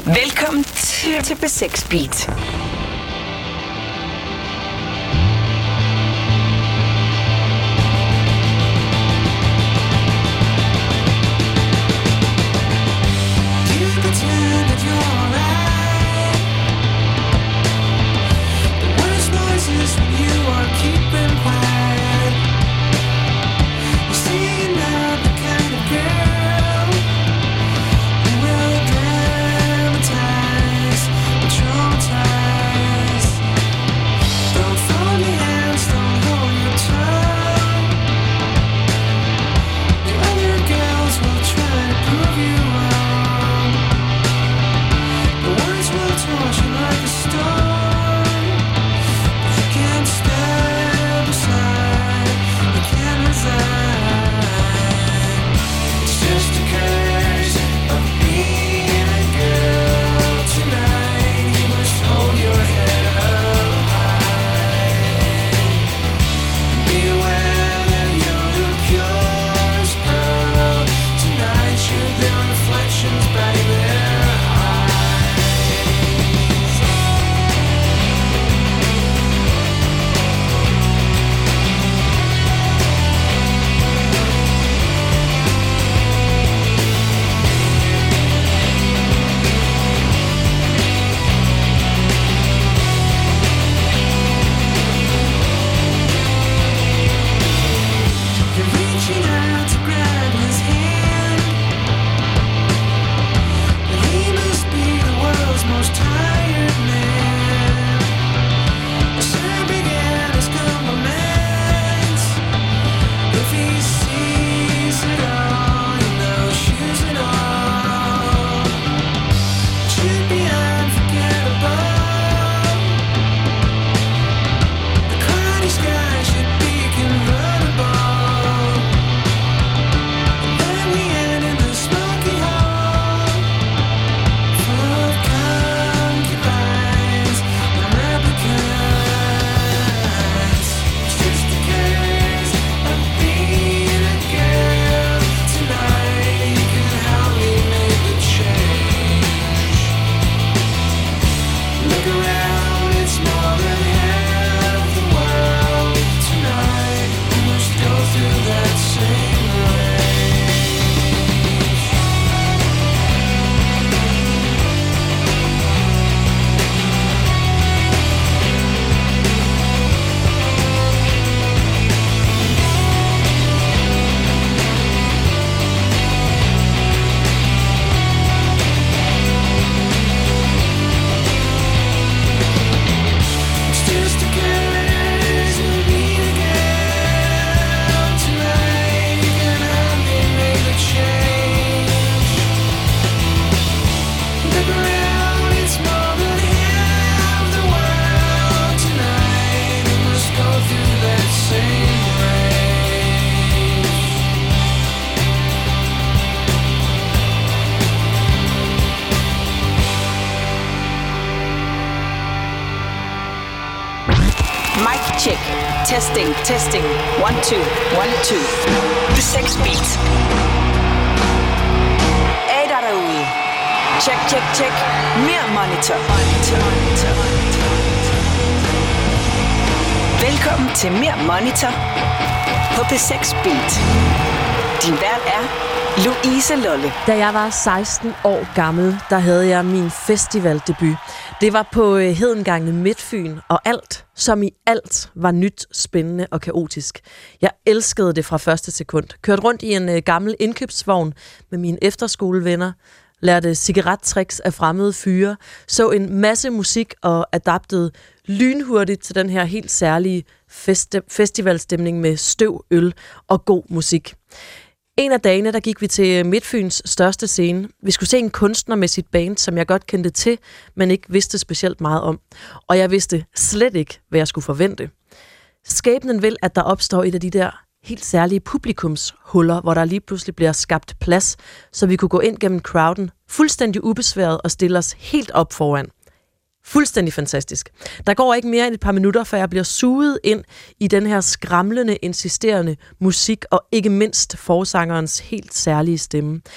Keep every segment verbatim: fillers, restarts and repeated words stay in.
Velkommen til, til B seks Beat. Check. Testing, testing. One, two, one, two. B seks Beat. Er der derude? Check, check, check. Mere monitor. Monitor, monitor, monitor. Velkommen til Mere Monitor på B seks Beat. Din vært er Louise Lolle. Da jeg var seksten år gammel, der havde jeg min festivaldebut. Det var på Hedenganget Midtfyn, og alt, som i alt, var nyt, spændende og kaotisk. Jeg elskede det fra første sekund. Kørte rundt i en gammel indkøbsvogn med mine efterskolevenner, lærte cigarettricks af fremmede fyre, så en masse musik og adaptede lynhurtigt til den her helt særlige festi- festivalstemning med støv, øl og god musik. En af dagene, der gik vi til Midtfyns største scene. Vi skulle se en kunstner med sit band, som jeg godt kendte til, men ikke vidste specielt meget om. Og jeg vidste slet ikke, hvad jeg skulle forvente. Skæbnen vil, at der opstår et af de der helt særlige publikumshuller, hvor der lige pludselig bliver skabt plads, så vi kunne gå ind gennem crowden, fuldstændig ubesværet og stille os helt op foran. Fuldstændig fantastisk. Der går ikke mere end et par minutter, før jeg bliver suget ind i den her skramlende, insisterende musik, og ikke mindst forsangerens helt særlige stemme.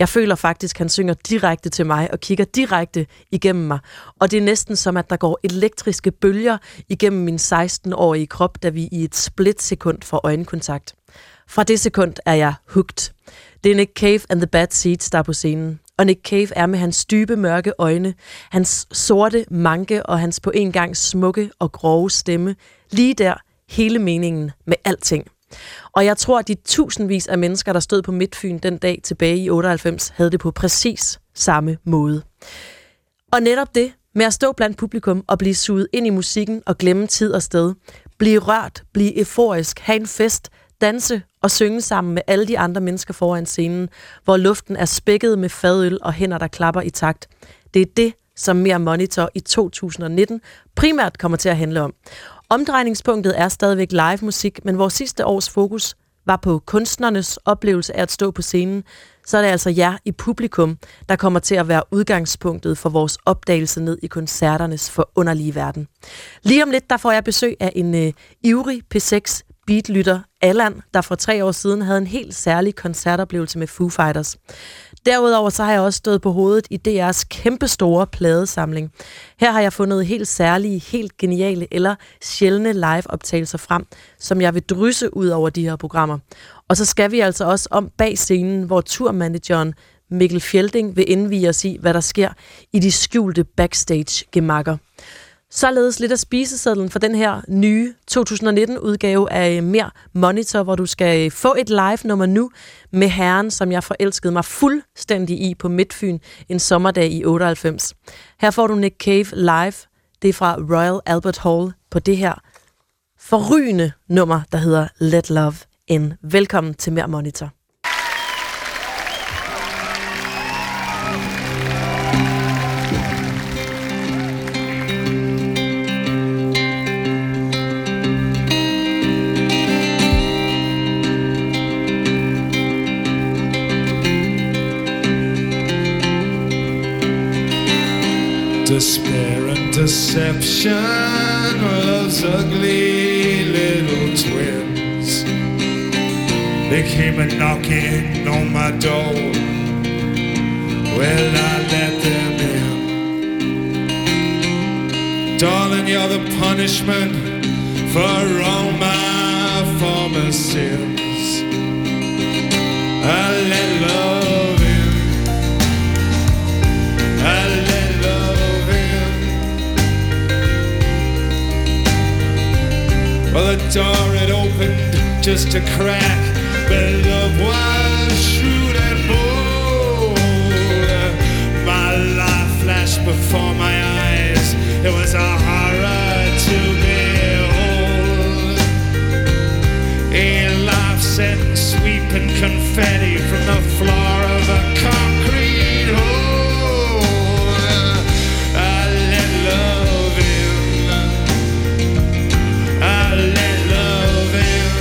Jeg føler faktisk, at han synger direkte til mig og kigger direkte igennem mig. Og det er næsten som, at der går elektriske bølger igennem min seksten-årige krop, da vi i et splitsekund får øjenkontakt. Fra det sekund er jeg hooked. Det er Nick Cave and the Bad Seeds, der er på scenen. Og Nick Cave er med hans dybe, mørke øjne, hans sorte manke og hans på en gang smukke og grove stemme. Lige der hele meningen med alting. Og jeg tror, at de tusindvis af mennesker, der stod på Midtfyn den dag tilbage i otteoghalvfems, havde det på præcis samme måde. Og netop det med at stå blandt publikum og blive suget ind i musikken og glemme tid og sted, blive rørt, blive euforisk, have en fest, danse og synge sammen med alle de andre mennesker foran scenen, hvor luften er spækket med fadøl og hænder, der klapper i takt. Det er det, som Mere Monitor i to tusind nitten primært kommer til at handle om. Omdrejningspunktet er stadigvæk live musik, men hvor sidste års fokus var på kunstnernes oplevelse af at stå på scenen, så er det altså jer i publikum, der kommer til at være udgangspunktet for vores opdagelse ned i koncerternes forunderlige verden. Lige om lidt, der får jeg besøg af en øh, ivrig P seks beatlytter, Allan, der for tre år siden havde en helt særlig koncertoplevelse med Foo Fighters. Derudover så har jeg også stået på hovedet i D R's kæmpestore pladesamling. Her har jeg fundet helt særlige, helt geniale eller sjældne live-optagelser frem, som jeg vil drysse ud over de her programmer. Og så skal vi altså også om bag scenen, hvor turmanageren Mikkel Fjelding vil indvie os i, hvad der sker i de skjulte backstage-gemakker. Således lidt af spisesedlen for den her nye to tusind nitten-udgave af Mere Monitor, hvor du skal få et live-nummer nu med herren, som jeg forelskede mig fuldstændig i på Midtfyn en sommerdag i otteoghalvfems. Her får du Nick Cave live. Det er fra Royal Albert Hall på det her forrygende nummer, der hedder Let Love In. Velkommen til Mere Monitor. Despair and deception, love's ugly little twins. They came a knocking on my door. Well, I let them in. Darling, you're the punishment for all my former sins. I let love in. I let love in. Well, the door had opened just a crack, but love was shrewd and bold. My life flashed before my eyes. It was a horror to behold. A life sent sweeping confetti from the floor of a concrete hole. I let love in. I let love in.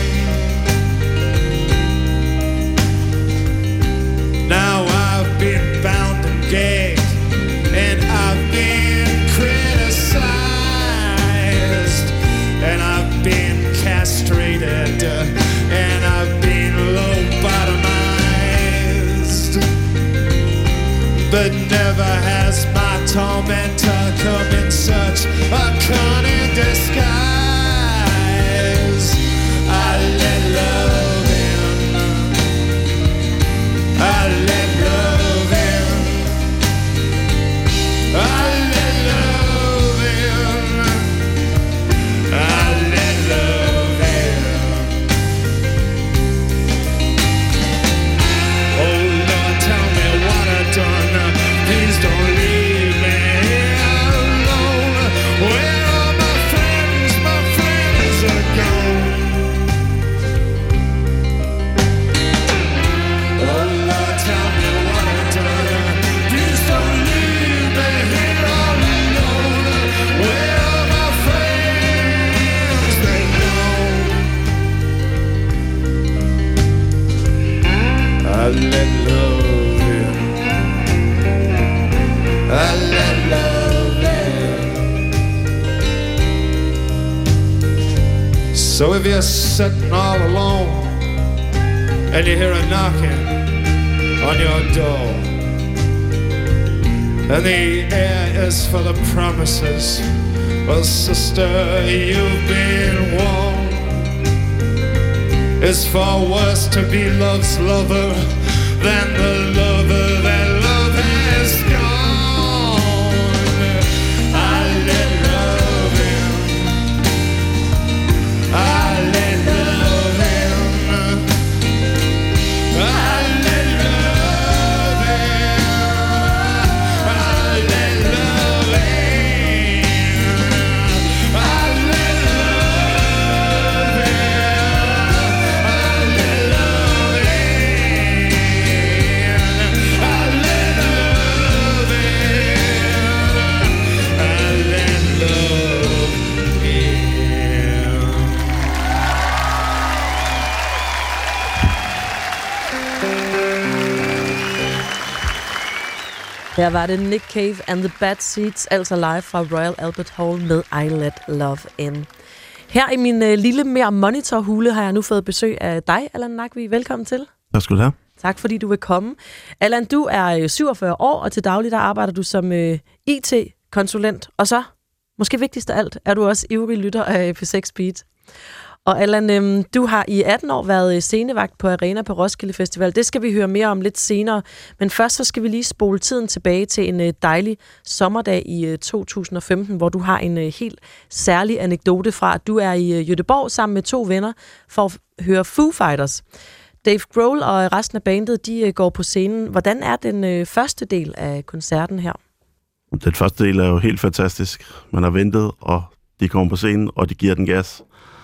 Now I've been bound and gagged, and I've been criticized, and I've been castrated, and I've been low-bottomized. But never has my tormentor come in such a cunning disguise. I let love in. I let love in. I let love in. I let love in. Oh Lord, tell me what I've done. Please don't leave me alone. Where are my friends? My friends are gone. Oh Lord, tell me what I've done. Please don't leave me here all alone. Where are my friends? They're gone. I let love in. I let love in. So if you're sitting all alone and you hear a knocking on your door. And the air is full of promises. Well, sister, you've been warned. It's far worse to be love's lover than the lover that love has gone. I let love in. I let love in. I let love in. I let love in. I let love in. I let love in. I let love in. I let love in. Her var det Nick Cave and the Bad Seeds, altså live fra Royal Albert Hall med I Let Love In. Her i min øh, lille mere monitorhule har jeg nu fået besøg af dig, Allan Nakvi. Velkommen til. Tak skal du have. Tak fordi du vil komme. Allan, du er øh, syvogfyrre år, og til daglig der arbejder du som øh, I T-konsulent. Og så, måske vigtigst af alt, er du også ivrig lytter af P seks Beat. Og Allan, øhm, du har i atten år været scenevagt på Arena på Roskilde Festival. Det skal vi høre mere om lidt senere. Men først så skal vi lige spole tiden tilbage til en øh, dejlig sommerdag i øh, to tusind og femten, hvor du har en øh, helt særlig anekdote fra, at du er i øh, Göteborg sammen med to venner for at høre Foo Fighters. Dave Grohl og resten af bandet, de øh, går på scenen. Hvordan er den øh, første del af koncerten her? Den første del er jo helt fantastisk. Man har ventet, og de kommer på scenen, og de giver den gas.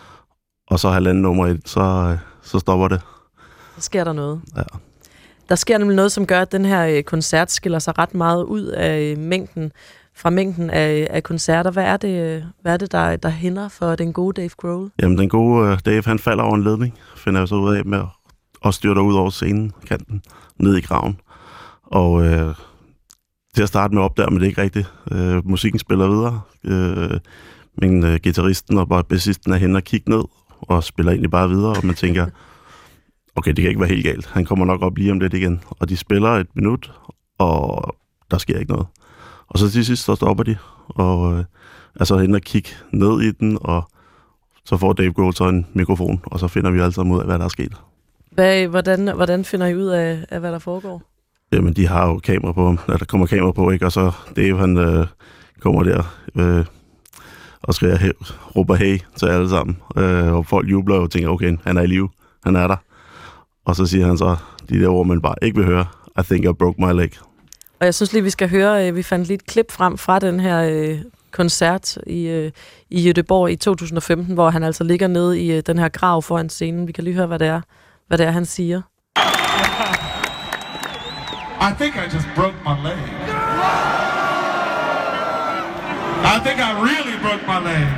Og så halvanden nummer et, så, så stopper det. Så sker der noget. Ja. Der sker nemlig noget, som gør, at den her koncert skiller sig ret meget ud af mængden, fra mængden af, af koncerter. Hvad er det, hvad er det der, der hindrer for den gode Dave Grohl? Jamen, den gode uh, Dave, han falder over en ledning, finder jeg så ud af, med at styrter ud over scenen, kanten, ned i graven. Og uh, til at starte med op der, men det er ikke rigtigt. Uh, musikken spiller videre. Uh, men uh, guitaristen og bassisten er henne og kigge ned, og spiller egentlig bare videre, og man tænker, okay, det kan ikke være helt galt. Han kommer nok op lige om lidt igen. Og de spiller et minut, og der sker ikke noget. Og så til sidst, så stopper de, og øh, er så henne og kigge ned i den, og så får Dave Grohl så en mikrofon, og så finder vi alle sammen ud af, hvad der er sket. Hvad, hvordan, hvordan finder I ud af, af, hvad der foregår? Jamen, de har jo kamera på ham. Der kommer kamera på, ikke? Og så Dave, han øh, kommer der øh, og skriger, hey, råber hey til alle sammen. Øh, og folk jubler og tænker, okay, han er i live. Han er der. Og så siger han så de der ord, man bare ikke vil høre. I think I broke my leg. Og jeg synes lige, vi skal høre, vi fandt lige et klip frem fra den her øh, koncert i, øh, i Göteborg i to tusind og femten, hvor han altså ligger nede i øh, den her grav foran scenen. Vi kan lige høre, hvad det er, hvad det er han siger. I think I just broke my leg. I think I really broke my leg.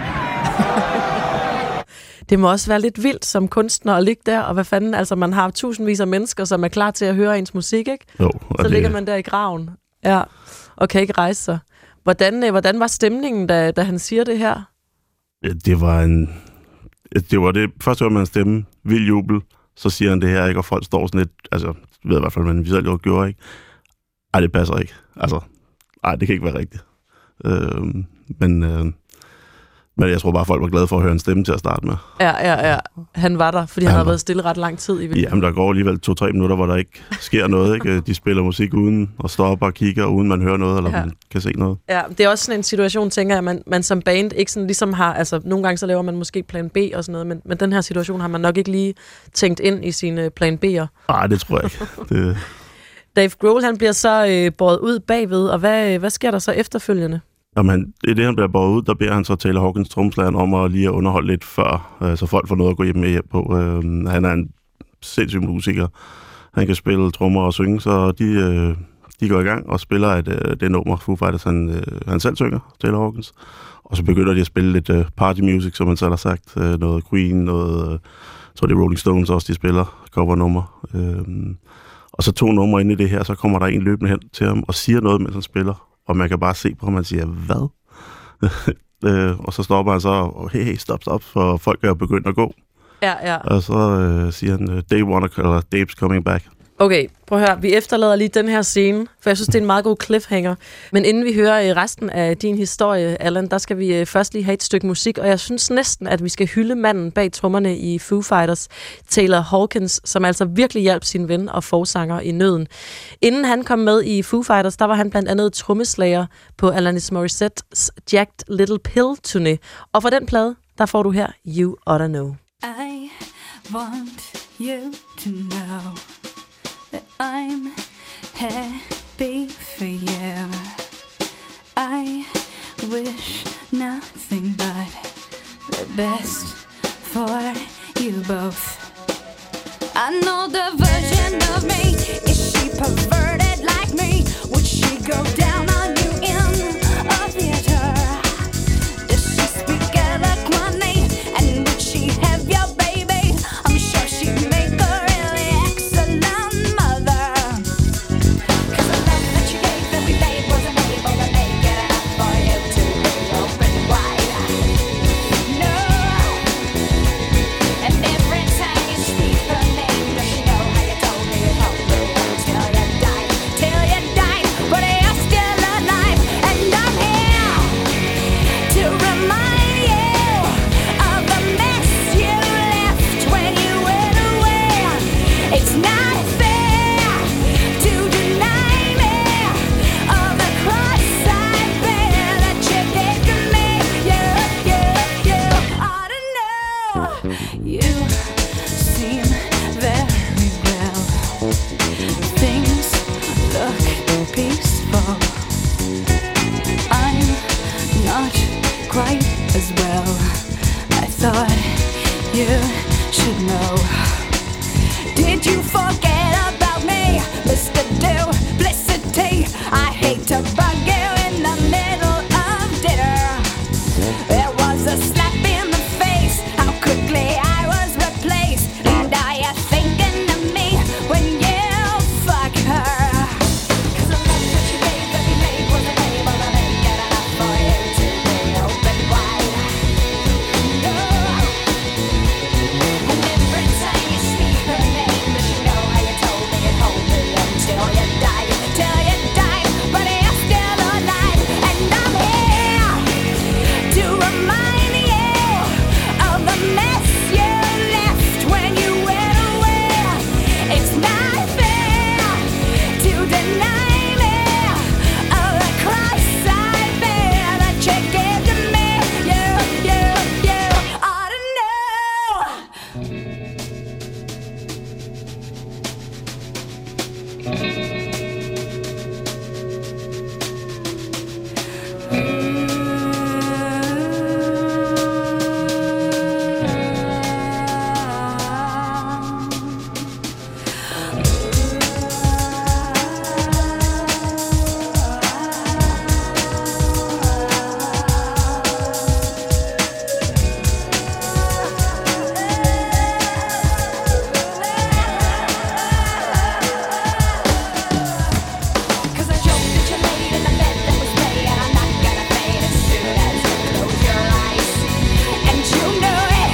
Det må også være lidt vildt som kunstner at ligge der, og hvad fanden, altså man har tusindvis af mennesker, som er klar til at høre ens musik, ikke? Jo, så det... ligger man der i graven, ja, og kan ikke rejse sig. Hvordan, hvordan var stemningen, da, da han siger det her? Ja, det var en... Det var det første år, man stemme, vild jubel, så siger han det her, ikke? Og folk står sådan lidt, altså, jeg ved i hvert fald, man vi selv jo gjorde, ikke? Ej, det passer ikke. Altså, ej, det kan ikke være rigtigt. Øh, men... Øh, Men jeg tror bare, folk var glade for at høre en stemme til at starte med. Ja, ja, ja. Han var der, fordi han, han havde været stille ret lang tid. I Jamen, der går alligevel to-tre minutter, hvor der ikke sker noget. Ikke? De spiller musik uden at stoppe og kigge, uden man hører noget, eller ja. man kan se noget. Ja, det er også sådan en situation, tænker jeg, man, man som band ikke sådan ligesom har... Altså, nogle gange så laver man måske plan B og sådan noget, men, men den her situation har man nok ikke lige tænkt ind i sine plan B'er. Nej, det tror jeg ikke. Det... Dave Grohl, han bliver så øh, båret ud bagved, og hvad, hvad sker der så efterfølgende? Jamen, i det, han bliver båret ud, der beder han så Taylor Hawkins trommeslageren om at lige at underholde lidt før, øh, så folk får noget at gå hjem med hjem på. Øh, han er en sindssyg musiker. Han kan spille trommer og synge, så de, øh, de går i gang og spiller et, øh, det nummer, Foo Fighters, han, øh, han selv synger, Taylor Hawkins. Og så begynder de at spille lidt øh, party music, som man selv har sagt. Øh, noget Queen, noget, øh, jeg tror det er Rolling Stones også, de spiller covernummer. Øh, og så to numre inde i det her, så kommer der en løbende hen til ham og siger noget, mens han spiller. Og man kan bare se på, at man siger, hvad? øh, og så stopper han så, og hey, hey, stop, stop, for folk er begyndt at gå. Ja, ja. Og så øh, siger han, Dave wanna, eller Dave's coming back. Okay, prøv at høre. Vi efterlader lige den her scene, for jeg synes, det er en meget god cliffhanger. Men inden vi hører resten af din historie, Allan, der skal vi først lige have et stykke musik, og jeg synes næsten, at vi skal hylde manden bag trommerne i Foo Fighters, Taylor Hawkins, som altså virkelig hjalp sin ven og forsanger i nøden. Inden han kom med i Foo Fighters, der var han blandt andet trommeslager på Alanis Morissettes Jagged Little Pill-turné. Og for den plade, der får du her You Oughta Know. I want you to know that I'm happy for you. I wish nothing but the best for you both. I know the version of me. Is she perverted like me? Would she go down on you in a theater? Does she speak eloquently? And would she have your baby? I'm sure she'd make a really excellent mother. 'Cause the love that you gave that we made wasn't able to make it enough for you to be open wide. No. And every time you speak her name, does she know how you told me you told me till you died, till you died, but you're still alive, and I'm here to remind you of the mess you left when you went away. It's not fair to deny me of the cross I bear that you gave to me. You, you, you ought to know. You seem very well. Things look peaceful. I'm not quite as well. I thought you should know. Did you forget about me, Mister Duplicity? I hate to bug you in the middle of dinner. There was a slap in the face, how quickly I was replaced. And are you thinking of me when you fuck her? 'Cause the love that you gave that we made wasn't able to make it enough for you to be open wide. No. And every time you speak her name, does she know how you told me you'd hold me until you died, till you died, but you're still alive, and I'm here to remind you of the mess you left when you went away. It's not fair to deny me of the cross I bear that you gave to me. You, you, you ought to know. Cause I joked that you laid in the bed that was made, and I'm not gonna fade as soon as you close your eyes. And you know it.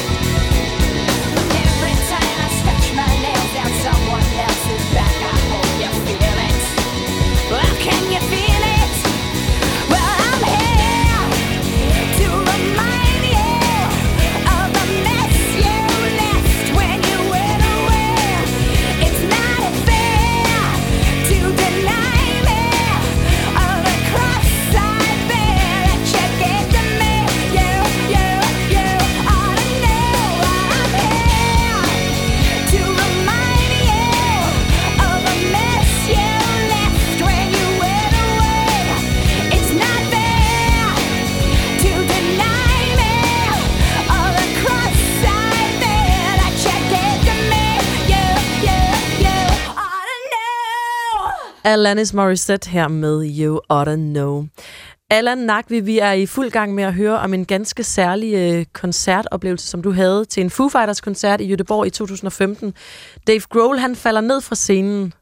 Every time I stretch my nails down someone else's back, I hope you feel it. Well, can you feel it? Well, I'm here to remind you of the mess you left when you went away. It's not fair to deny me of the cross I bear that you gave to me. You, you, you ought to know I'm here to remind you of the mess you left when you went away. It's not fair to deny me of the cross I bear that you gave to me. You, you, you ought to know. Alanis Morissette her med You Oughta Know. Allan Nakvi, vi er i fuld gang med at høre om en ganske særlig øh, koncertoplevelse, som du havde til en Foo Fighters-koncert i Göteborg i to tusind og femten. Dave Grohl, han falder ned fra scenen.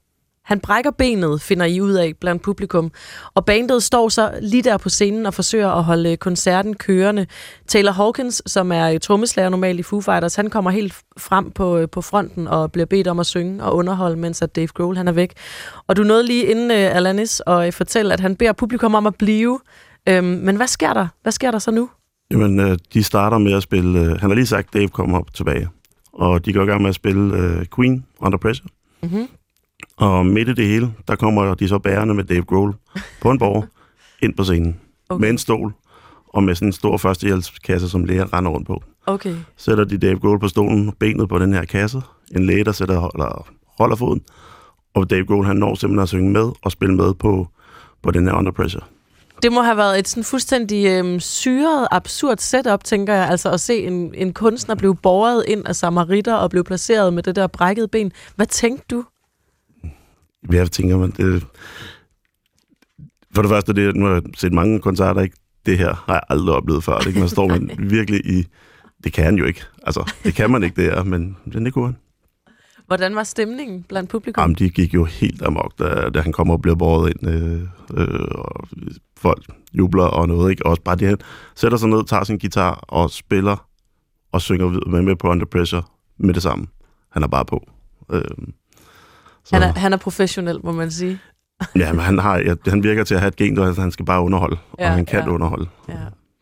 Han brækker benet, finder I ud af blandt publikum. Og bandet står så lige der på scenen og forsøger at holde koncerten kørende. Taylor Hawkins, som er trommeslager normalt i Foo Fighters, han kommer helt frem på, på fronten og bliver bedt om at synge og underholde, mens at Dave Grohl han er væk. Og du nåede lige inden uh, Alanis at fortælle, at han beder publikum om at blive. Øhm, men hvad sker der? Hvad sker der så nu? Jamen, øh, de starter med at spille... Øh, han har lige sagt, at Dave kommer op tilbage. Og de går i gang med at spille øh, Queen, Under Pressure. Mm-hmm. Og midt i det hele, der kommer de så bærende med Dave Grohl på en borg ind på scenen. Okay. Med en stol og med sådan en stor førstehjælpskasse, som læger render rundt på. Okay. Sætter de Dave Grohl på stolen, benet på den her kasse. En læge, der sætter holder, holder foden. Og Dave Grohl, han når simpelthen at synge med og spille med på, på den her Under Pressure. Det må have været et sådan fuldstændig øhm, syret, absurd setup, tænker jeg. Altså at se en, en kunstner blive båret ind af samaritter og blive placeret med det der brækkede ben. Hvad tænkte du? Jeg tænker, man, det, for det første, det, nu har jeg set mange koncerter, ikke? Det her har jeg aldrig oplevet før. Ikke? Man står man virkelig i... Det kan han jo ikke. Altså, det kan man ikke, det er, men det kunne han. Hvordan var stemningen blandt publikum? Jamen, de gik jo helt amok, da, da han kommer og bliver båret ind. Øh, øh, og folk jubler og noget, ikke? Også bare det, han sætter sig ned, tager sin guitar og spiller og synger med, med på Under Pressure med det samme. Han er bare på. Øh, han, er, han er professionel, må man sige. Ja, men han, har, ja, han virker til at have et gen, og han skal bare underholde. Ja, og han kan ja. underholde. Ja.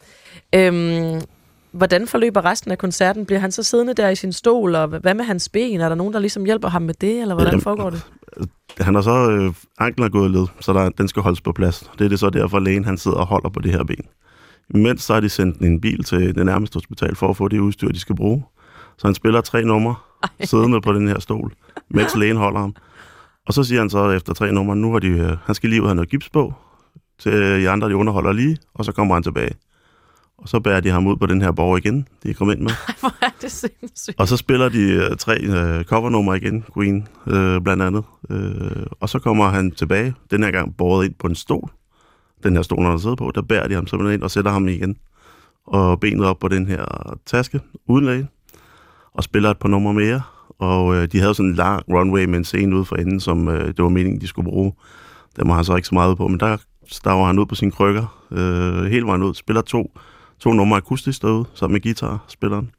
Øhm, hvordan forløber resten af koncerten? Bliver han så siddende der i sin stol, og hvad med hans ben? Er der nogen, der ligesom hjælper ham med det, eller hvordan ja, foregår det? Han har så... Øh, anklen er gået led, så der, den skal holdes på plads. Det er det så derfor, lægen han sidder og holder på det her ben. Imens så har de sendt en bil til det nærmeste hospital for at få det udstyr, de skal bruge. Så han spiller tre numre, Ej. siddende på den her stol, mens lægen holder ham. Og så siger han så efter tre numre, nu har de, øh, han skal lige ud have noget gips på, til de andre, de underholder lige, og så kommer han tilbage. Og så bærer de ham ud på den her borg igen, de er kommet ind med. Ej, hvor er det sindssygt. Og så spiller de øh, tre øh, covernumre igen, Queen øh, blandt andet. Øh, og så kommer han tilbage, den her gang båret ind på en stol. Den her stol, han sidder på, der bærer de ham simpelthen ind og sætter ham igen. Og benet op på den her taske, uden læge, og spiller et par numre mere. Og øh, de havde sådan en lang runway med en scene ude for enden, som øh, det var meningen, de skulle bruge. Der må han så ikke så meget på, men der staver han ud på sine krykker. Øh, hele vejen ud, spiller to, to numre akustisk derude, sammen med guitar, spilleren.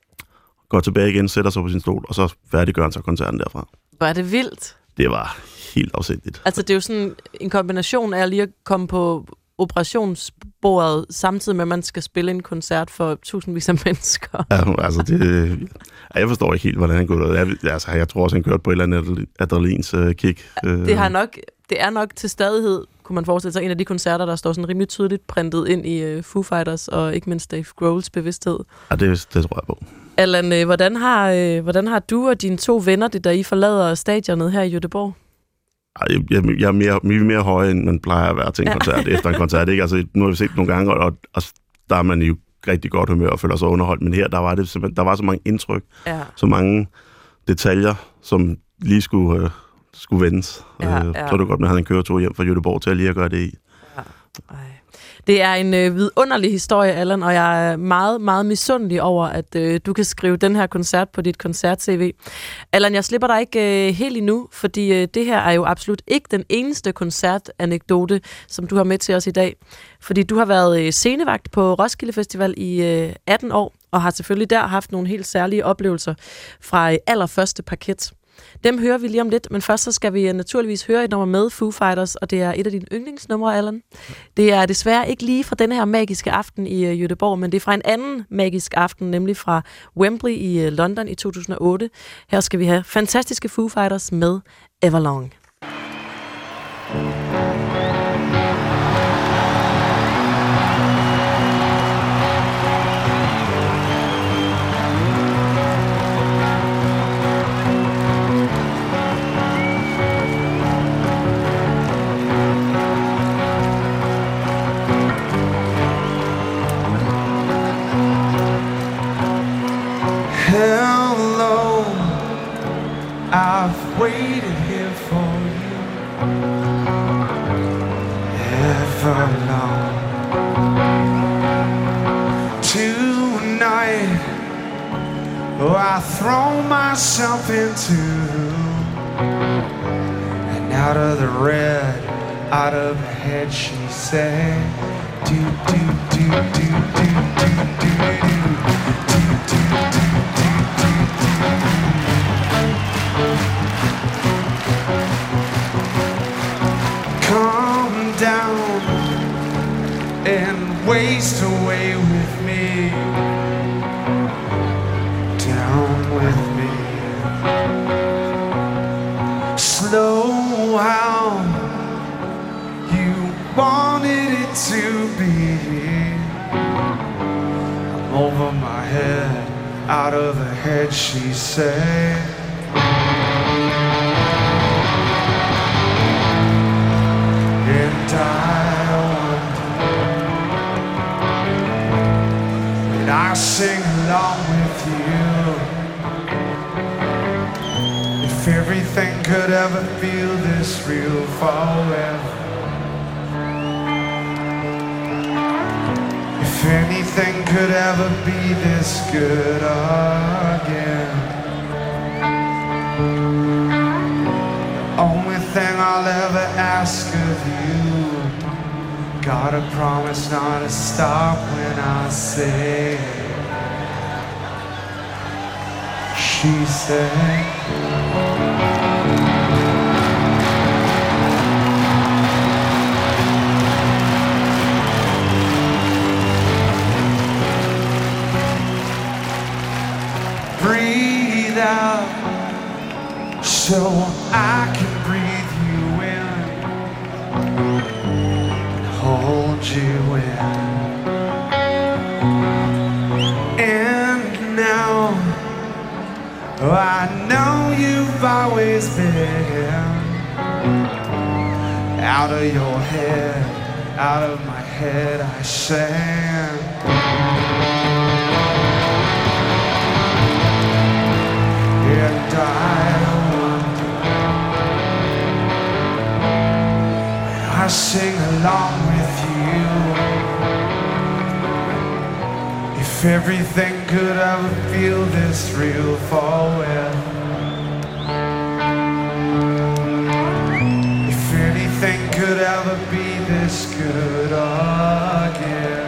Går tilbage igen, sætter sig på sin stol, og så færdiggør han så koncerten derfra. Hvor er det vildt. Det var helt afsindigt. Altså det er jo sådan en kombination af lige at komme på operationsbordet, samtidig med, at man skal spille en koncert for tusindvis af mennesker. Ja, altså det... Jeg forstår ikke helt, hvordan han går ud. Jeg, altså, jeg tror også, han kørte på et eller andet adrenalins uh, kick. Det, har nok, det er nok til stadighed, kunne man forestille sig, en af de koncerter, der står sådan rimelig tydeligt printet ind i uh, Foo Fighters, og ikke mindst Dave Grohls bevidsthed. Ja, det, det tror jeg på. Allan, hvordan har, øh, hvordan har du og dine to venner det, da I forlader stadionet her i Göteborg? Jeg, jeg, jeg er mere, mere, mere høj, end man plejer at være til en koncert, ja. efter en koncert. Ikke? Altså, nu har vi set nogle gange, og, og der er man jo rigtig godt humør og føler sig underholdt, men her, der var, det der var så mange indtryk, ja. så mange detaljer, som lige skulle, øh, skulle vendes. Ja, ja. Så er det godt, at man havde en køretur hjem fra Göteborg til at lige at gøre det i. Ja. Ej. Det er en øh, vidunderlig historie, Allan, og jeg er meget, meget misundelig over, at øh, du kan skrive den her koncert på dit koncert-C V. Allan, jeg slipper dig ikke øh, helt endnu, fordi øh, det her er jo absolut ikke den eneste koncertanekdote, som du har med til os i dag. Fordi du har været øh, scenevagt på Roskilde Festival i øh, atten år, og har selvfølgelig der haft nogle helt særlige oplevelser fra øh, allerførste parket. Dem hører vi lige om lidt, men først så skal vi naturligvis høre et nummer med Foo Fighters, og det er et af dine yndlingsnumre, Allan. Det er desværre ikke lige fra denne her magiske aften i Göteborg, men det er fra en anden magisk aften, nemlig fra Wembley i London i to tusind og otte. Her skal vi have fantastiske Foo Fighters med Everlong. Hello, I've waited here for you ever long. Tonight, oh, I throw myself into an out of the red, out of her head she said, do do do do do do do do. Come down and waste away with me, down with me. Slow how you wanted it to be. I'm over my head, out of the head she said. And I wonder, and I sing along with you. If everything could ever feel this real forever, if anything could ever be this good again, the only thing I'll ever ask of you, gotta promise not to stop when I say, she said. Breathe out so I can breathe you in and hold you in. And now I know you've always been out of your head, out of my head I sang. And I wonder, and I sing along with you, if everything could ever feel this real forever, if anything could ever be this good again,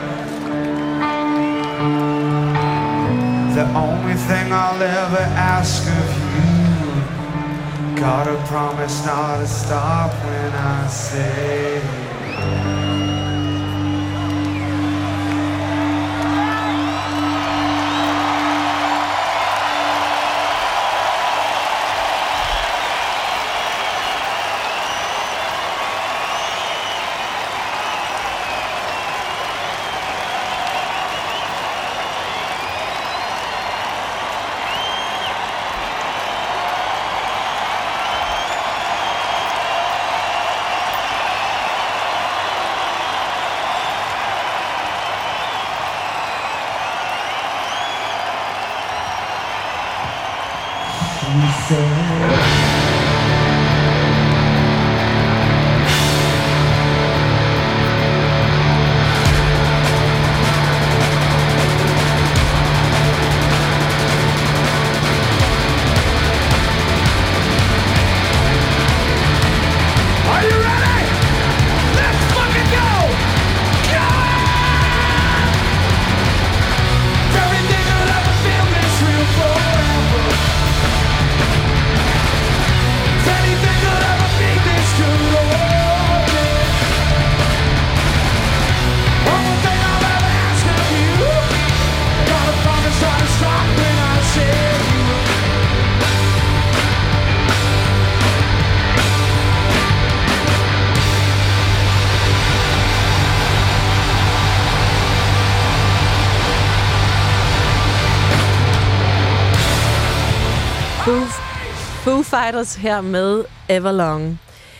the only thing I'll ever ask of you, gotta promise not to stop when I say. Foo Fighters her med Everlong.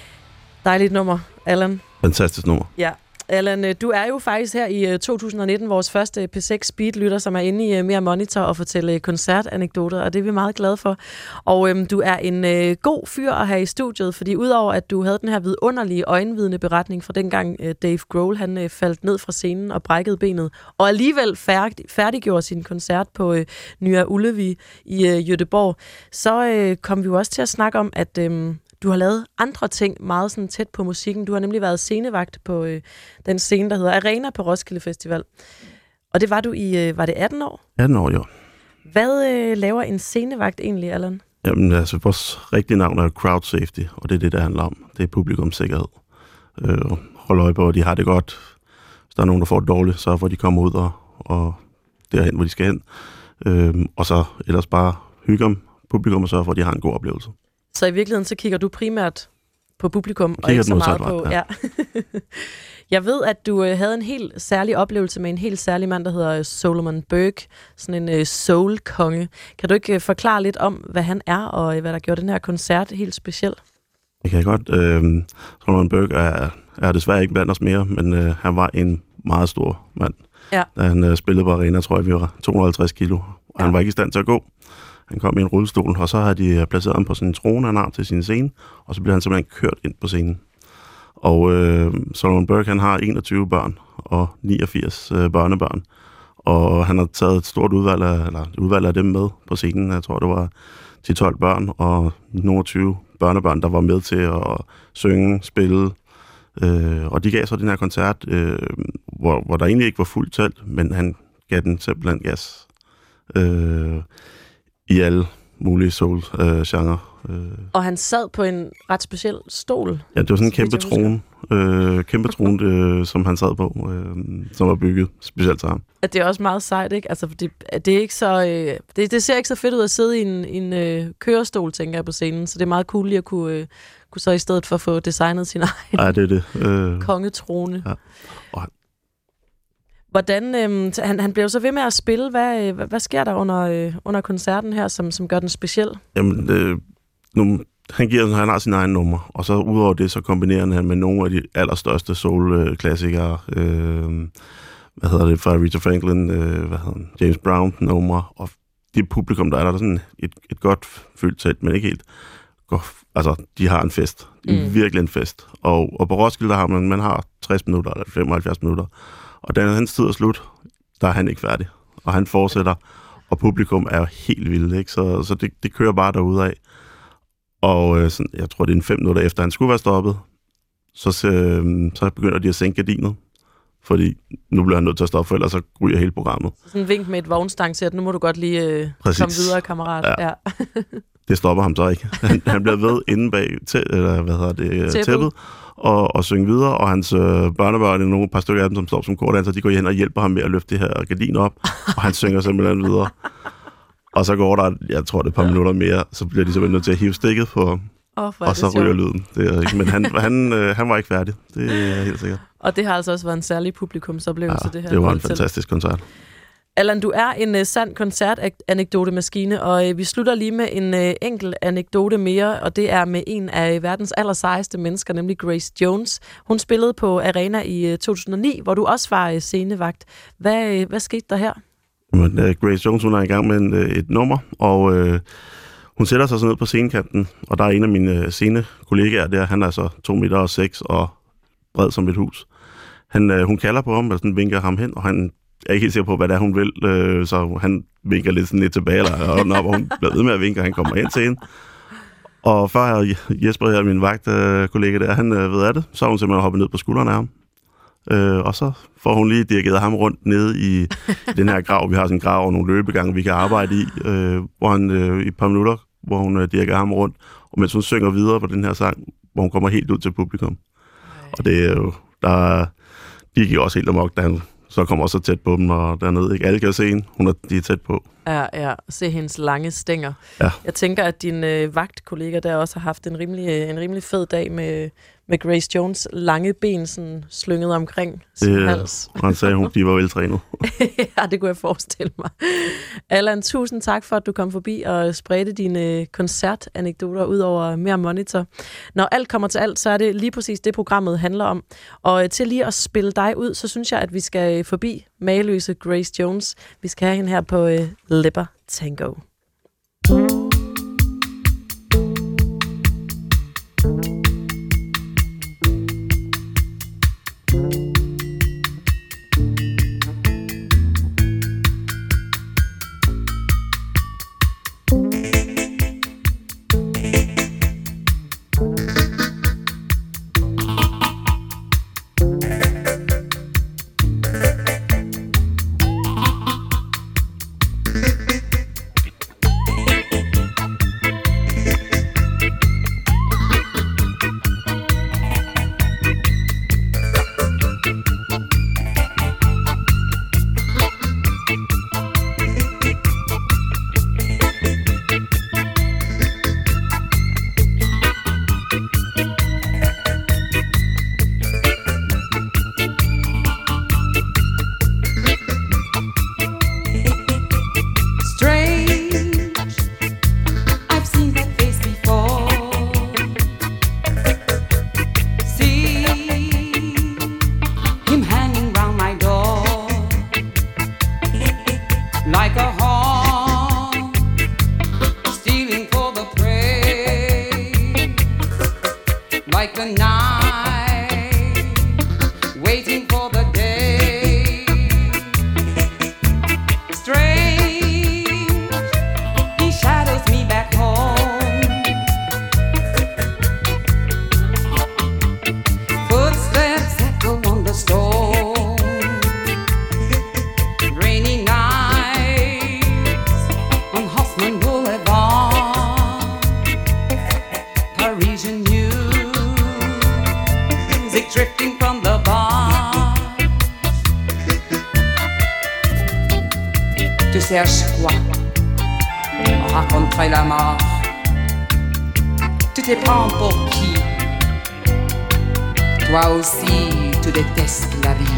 Dejligt nummer, Allan. Fantastisk nummer. Ja. Allan, du er jo faktisk her i to tusind nitten vores første P seks Speed-lytter, som er inde i Mere Monitor og fortæller koncertanekdoter, og det er vi meget glade for. Og øhm, du er en øh, god fyr at have i studiet, fordi udover at du havde den her vidunderlige øjenvidende beretning fra dengang øh, Dave Grohl, han øh, faldt ned fra scenen og brækkede benet, og alligevel færdig, færdiggjorde sin koncert på øh, Nya Ullevi i øh, Göteborg, så øh, kom vi jo også til at snakke om, at øh, du har lavet andre ting meget sådan tæt på musikken. Du har nemlig været scenevagt på øh, den scene, der hedder Arena på Roskilde Festival. Og det var du i, øh, var det atten år? atten år, jo. Hvad øh, laver en scenevagt egentlig, Allan? Jamen, altså, vores rigtige navn er crowd safety, og det er det, der handler om. Det er publikumssikkerhed. Øh, hold øje på, at de har det godt. Hvis der er nogen, der får det dårligt, så får de komme ud og, og derhen, hvor de skal hen. Øh, og så ellers bare hygge om publikum og sørge for, at de har en god oplevelse. Så i virkeligheden, så kigger du primært på publikum, og Kigger ikke så meget modsat på... vej, Ja. Jeg ved, at du øh, havde en helt særlig oplevelse med en helt særlig mand, der hedder Solomon Burke, sådan en øh, soul-konge. Kan du ikke øh, forklare lidt om, hvad han er, og øh, hvad der gjorde den her koncert helt speciel? Det kan jeg godt. Øh, Solomon Burke er, er desværre ikke blandt os mere, men øh, han var en meget stor mand. Ja. Da han øh, spillede på Arena, tror jeg, vi var to hundrede og halvtreds kilo, og ja. Han var ikke i stand til at gå. Han kom i en rullestol, og så havde de placeret ham på sådan en trone, han har til sin scene, og så blev han simpelthen kørt ind på scenen. Og øh, Solomon Burke, han har enogtyve børn og niogfirs øh, børnebørn, og han har taget et stort udvalg af, eller et udvalg af dem med på scenen. Jeg tror, det var ti til tolv børn og nogle tyve børnebørn, der var med til at synge, spille. Øh, og de gav så den her koncert, øh, hvor, hvor der egentlig ikke var fuldt telt, men han gav den simpelthen gas øh, i alle mulige soul-genre. Øh, Og han sad på en ret speciel stol. Ja, det var sådan en kæmpe trone, øh, kæmpe trone øh, som han sad på, øh, som var bygget specielt til ham. At det er også meget sejt, ikke? Altså, fordi det, er ikke så, øh, det, det ser ikke så fedt ud at sidde i en, en øh, kørestol, tænker jeg, på scenen. Så det er meget cool lige at kunne, øh, kunne så i stedet for få designet sin egen ja, det er det. Øh, kongetrone. Ja. Og Hvordan, øh, han, han blev så ved med at spille. Hvad, øh, hvad, hvad sker der under, øh, under koncerten her, som, som gør den speciel? Jamen, øh, nu, han, giver, han har sin egen nummer, og så udover det, så kombinerer han med nogle af de allerstørste soul-klassikere. Øh, hvad hedder det, fra Aretha Franklin, øh, hvad hedder han, James Brown nummer, og det publikum, der er der, er sådan et, et godt fyldt telt, men ikke helt godt. Altså, de har en fest. Det er mm. virkelig en fest. Og, og på Roskilde, der har man, man har tres minutter, eller femoghalvfjerds minutter, og da hans tid er slut, der er han ikke færdig. Og han fortsætter, og publikum er jo helt vildt, ikke? Så, så det, det kører bare derudad. Og øh, sådan, jeg tror, det er en fem minutter efter, han skulle være stoppet, så, øh, så begynder de at sænke gardinet. Fordi nu bliver han nødt til at stoppe, for ellers så ryger hele programmet. Sådan en vink med et vognstang til, at nu må du godt lige øh, komme videre, kammerat. Ja. Ja. Det stopper ham så ikke. Han, han bliver ved inde bag tæ- eller, hvad hedder det, tæppet, tæppet og, og synge videre, og hans øh, børnebørn, nogle par stykker af dem, som står som kordanser, de går hen og hjælper ham med at løfte det her gardin op, og han synger simpelthen videre. Og så går der, jeg tror det er et par minutter mere, så bliver de simpelthen nødt til at hive stikket på ham, oh, og så ryger lyden. Det er ikke. Men han, han, øh, han var ikke færdig, det er helt sikkert. Og det har altså også været en særlig publikumsoplevelse, ja, det her. det var en fantastisk koncert. Allan, du er en uh, sand koncertanekdotemaskine, og uh, vi slutter lige med en uh, enkelt anekdote mere, og det er med en af verdens allersejeste mennesker, nemlig Grace Jones. Hun spillede på Arena i uh, to tusind og ni, hvor du også var uh, scenevagt. Hvad, uh, hvad skete der her? Men, uh, Grace Jones, hun er i gang med en, uh, et nummer, og uh, hun sætter sig så ned på scenekanten, og der er en af mine uh, scenekollegaer der, han er så to meter og seks og bred som et hus. Han, uh, hun kalder på ham, og sådan vinker ham hen, og han jeg er ikke helt sikker på, hvad det er, hun vil, øh, så han vinker lidt, sådan lidt tilbage, eller op, og hun bliver ved med at vinke, og han kommer hen til hende. Og før jeg, Jesper her, min vagtkollega der, han øh, ved af det, så har hun simpelthen hoppet ned på skuldrene af ham. Øh, og så får hun lige dirigeret ham rundt nede i den her grav. Vi har sådan en grav og nogle løbegange, vi kan arbejde i, øh, hvor han øh, i et par minutter, hvor hun øh, dirigerer ham rundt, og mens hun synger videre på den her sang, hvor hun kommer helt ud til publikum. Ej. Og det er jo, der de gik også helt amok, da han så kommer også så tæt på dem, og dernede, ikke alle kan se hende, hun er, de er tæt på. Ja, ja, se hendes lange stænger. Ja. Jeg tænker, at din øh, vagtkollega der også har haft en rimelig, øh, en rimelig fed dag med, med Grace Jones lange ben sådan slynget omkring sin det, hals. Han sagde, hun de var veltrænet. Ja, det kunne jeg forestille mig. Allan, tusind tak for, at du kom forbi og spredte dine koncertanekdoter ud over Mere Monitor. Når alt kommer til alt, så er det lige præcis det, programmet handler om. Og til lige at spille dig ud, så synes jeg, at vi skal forbi mageløse Grace Jones. Vi skal have hende her på øh, Lipper Tango. cherches quoi? Raconterai la mort. Tu te prends pour qui? Toi aussi, tu détestes la vie.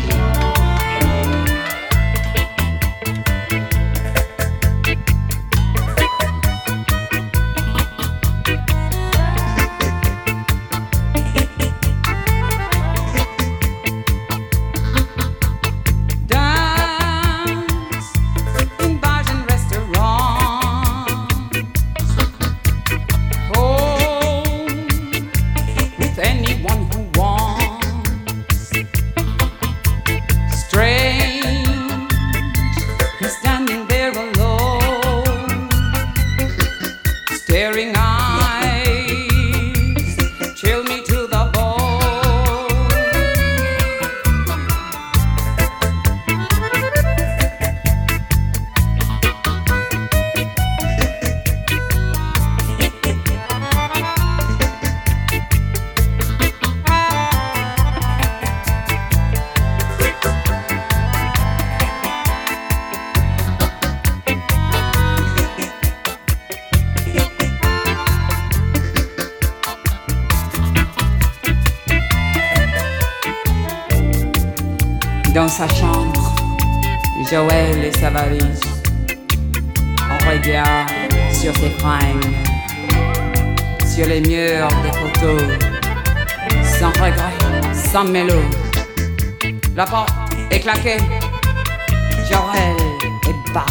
Dans sa chambre, Joël et sa valise, on regarde sur ses fringues, sur les murs des photos, sans regret, sans mélo. La porte est claquée, Joël est barré.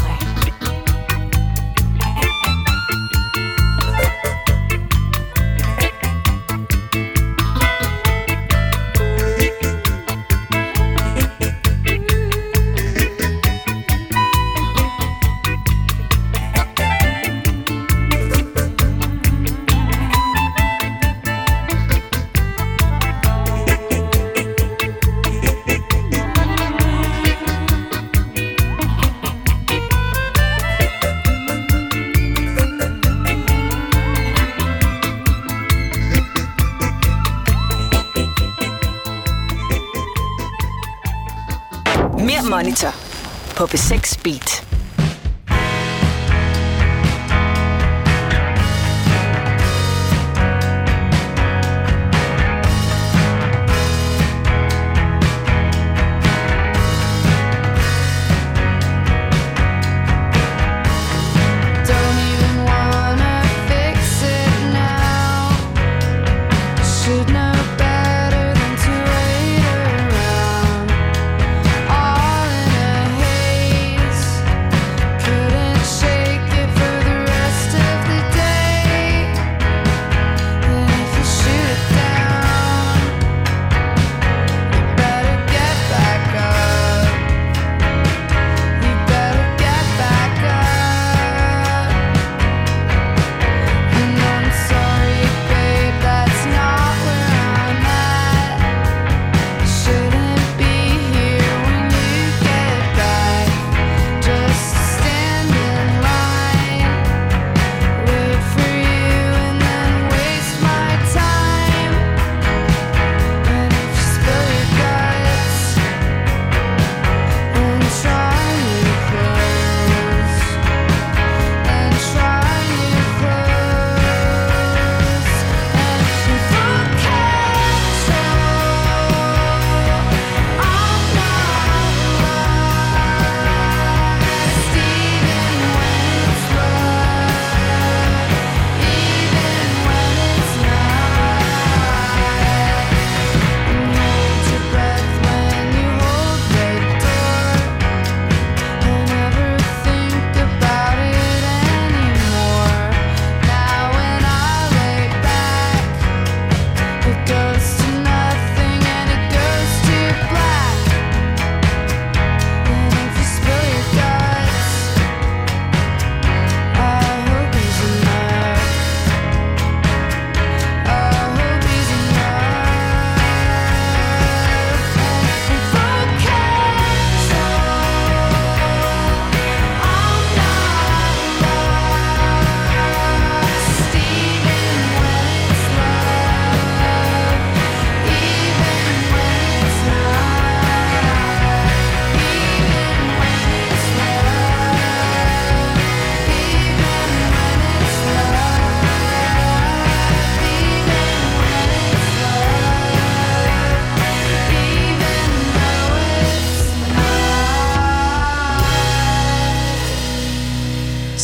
Mere Monitor på P seks Beat. All in a haze.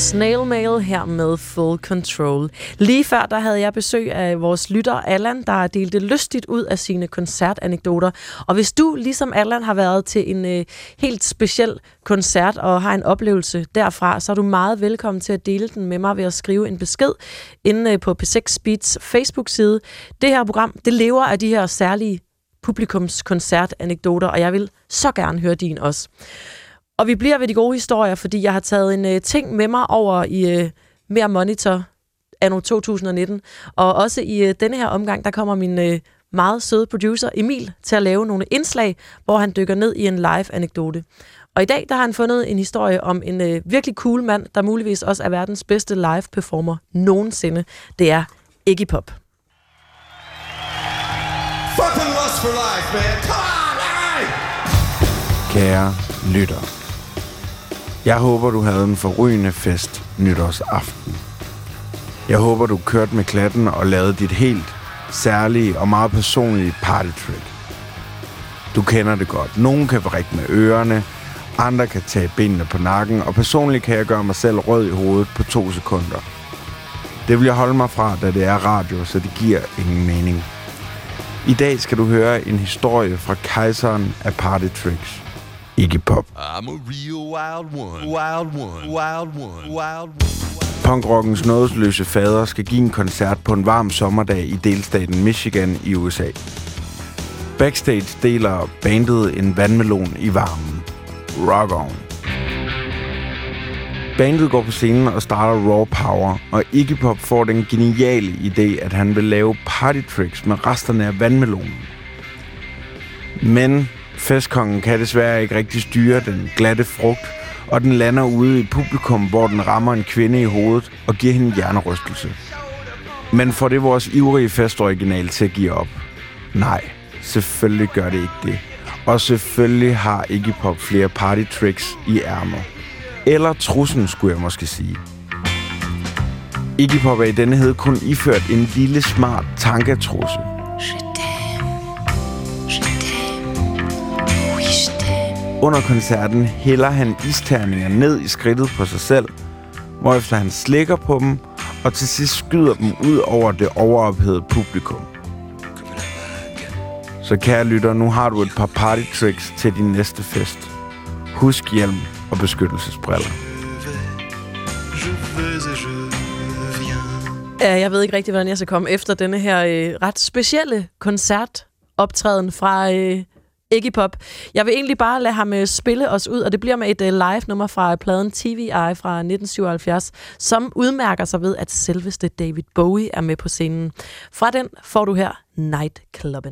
Snail Mail her med Full Control. Lige før der havde jeg besøg af vores lytter Allan, der delte lystigt ud af sine koncertanekdoter. Og hvis du ligesom Allan har været til en øh, helt speciel koncert og har en oplevelse derfra, så er du meget velkommen til at dele den med mig ved at skrive en besked inde øh, på P seks Beats Facebook-side. Det her program, det lever af de her særlige publikumskoncertanekdoter, og jeg vil så gerne høre din også. Og vi bliver ved de gode historier, fordi jeg har taget en øh, ting med mig over i øh, Mere Monitor anno to tusind nitten. Og også i øh, denne her omgang, der kommer min øh, meget søde producer Emil til at lave nogle indslag, hvor han dykker ned i en live-anekdote. Og i dag, der har han fundet en historie om en øh, virkelig cool mand, der muligvis også er verdens bedste live-performer nogensinde. Det er Iggy Pop. Fucking lust for life, man. Come on, hey! Kære lytter. Jeg håber, du havde en forrygende fest nytårsaften. Jeg håber, du kørte med klatten og lavede dit helt særlige og meget personlige partytrick. Du kender det godt. Nogen kan vrikke med ørerne, andre kan tage benene på nakken, og personligt kan jeg gøre mig selv rød i hovedet på to sekunder. Det vil jeg holde mig fra, da det er radio, så det giver ingen mening. I dag skal du høre en historie fra kejseren af partytricks, Iggy Pop. I'm a real wild one. Wild one. Wild one. Wild one. Punkrockens nådesløse fader skal give en koncert på en varm sommerdag i delstaten Michigan i U S A. Backstage deler bandet en vandmelon i varmen. Rock on. Bandet går på scenen og starter Raw Power, og Iggy Pop får den geniale idé, at han vil lave partytricks med resterne af vandmelonen. Men festkongen kan desværre ikke rigtig styre den glatte frugt, og den lander ude i publikum, hvor den rammer en kvinde i hovedet og giver hende en hjernerystelse. Men får det vores ivrige festoriginal til at give op? Nej, selvfølgelig gør det ikke det. Og selvfølgelig har Iggy Pop flere partytricks i ærmet. Eller trussen, skulle jeg måske sige. Iggy Pop er i denne hed kun iført en lille smart tankatrusse. Under koncerten hælder han isterninger ned i skridtet på sig selv, hvorefter han slikker på dem, og til sidst skyder dem ud over det overophedede publikum. Så kære lytter, nu har du et par partytricks til din næste fest. Husk hjelm og beskyttelsesbriller. Ja, jeg ved ikke rigtig, hvordan jeg skal komme efter denne her øh, ret specielle koncertoptræden fra øh, Iggy Pop. Jeg vil egentlig bare lade ham øh, spille os ud, og det bliver med et øh, live-nummer fra pladen T V I fra nitten syvoghalvfjerds, som udmærker sig ved, at selveste David Bowie er med på scenen. Fra den får du her Nightclubben.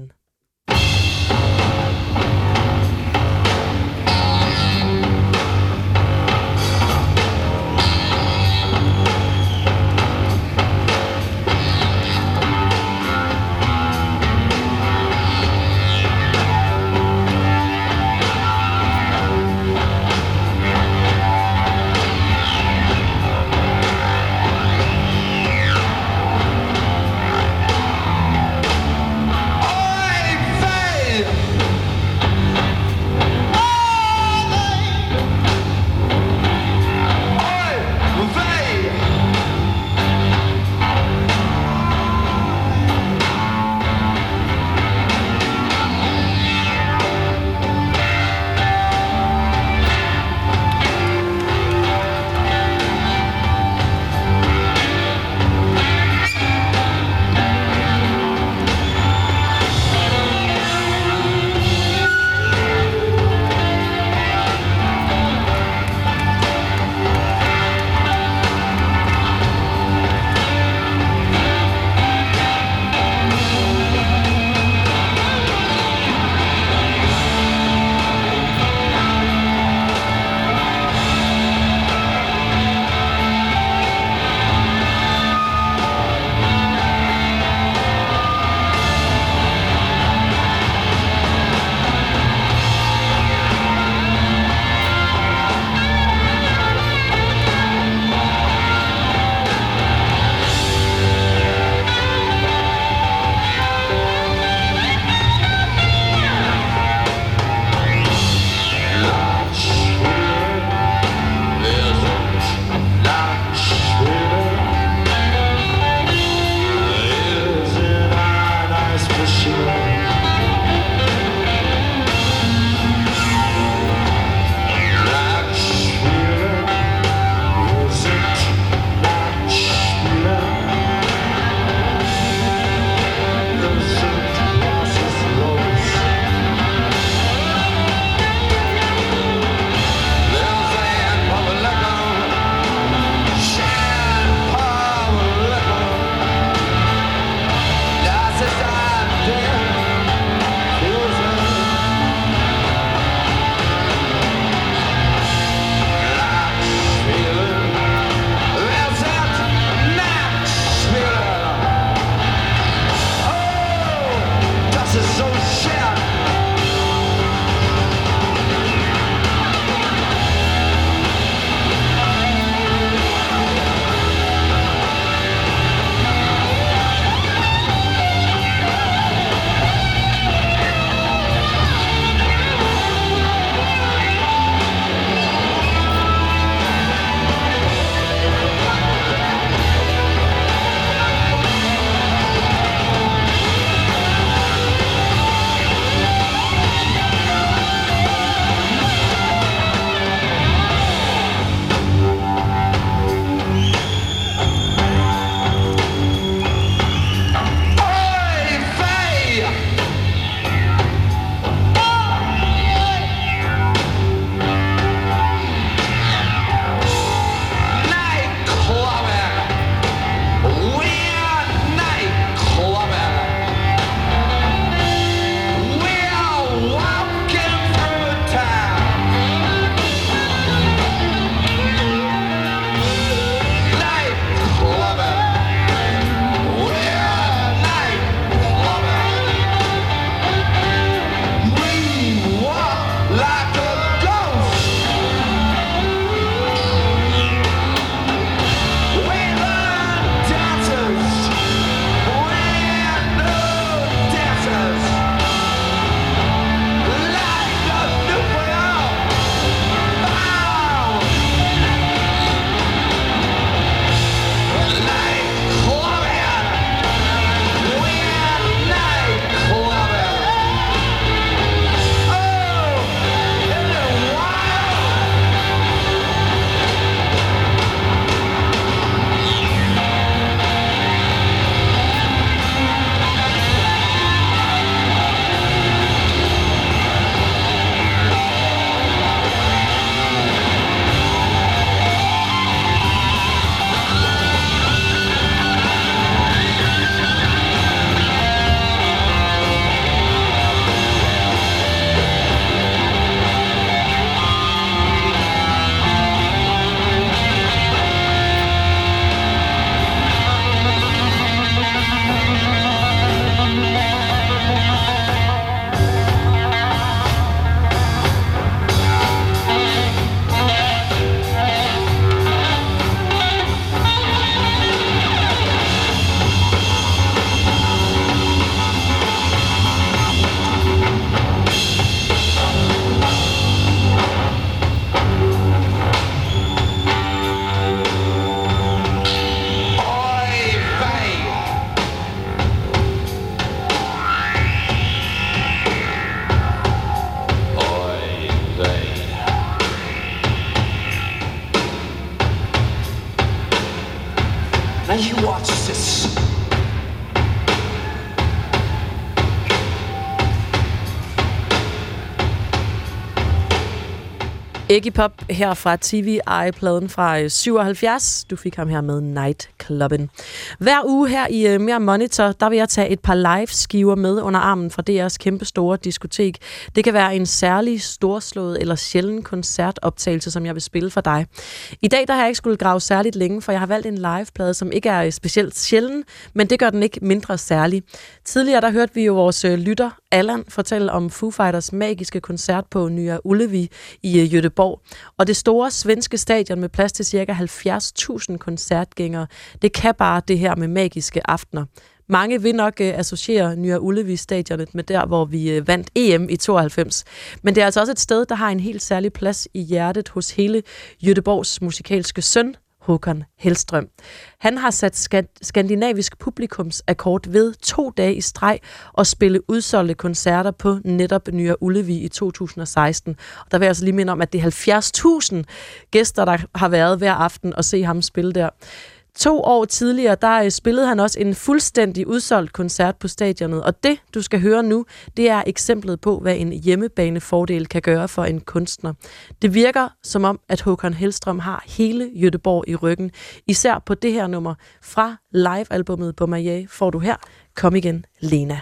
Oi! you watch this. Iggy Pop her fra T V I-pladen fra syvoghalvfjerds. Du fik ham her med Nightclubben. Hver uge her i uh, Mere Monitor, der vil jeg tage et par live-skiver med under armen fra D R's kæmpe store diskotek. Det kan være en særlig storslået eller sjælden koncertoptagelse, som jeg vil spille for dig. I dag der har jeg ikke skulle grave særligt længe, for jeg har valgt en liveplade, som ikke er specielt sjælden, men det gør den ikke mindre særlig. Tidligere der hørte vi jo vores uh, lytter, Allan, fortælle om Foo Fighters magiske koncert på Nya Ullevi i uh, Göteborg. Og det store svenske stadion med plads til ca. halvfjerds tusind koncertgængere, det kan bare det her med magiske aftener. Mange vil nok uh, associere Nya Ullevi-stadionet med der, hvor vi uh, vandt E M i tooghalvfems. Men det er altså også et sted, der har en helt særlig plads i hjertet hos hele Göteborgs musikalske søn, Håkan Hellström. Han har sat ska- skandinavisk publikumsakkord ved to dage i streg og spille udsolgte koncerter på netop Nya Ullevi i to tusind og seksten. Og der vil jeg altså lige minde om, at det er halvfjerds tusind gæster, der har været hver aften og se ham spille der. To år tidligere, der spillede han også en fuldstændig udsolgt koncert på stadionet, og det, du skal høre nu, det er eksemplet på, hvad en hjemmebanefordel kan gøre for en kunstner. Det virker som om, at Håkan Hellström har hele Göteborg i ryggen. Især på det her nummer fra live-albummet på Maja får du her Kom igen, Lena.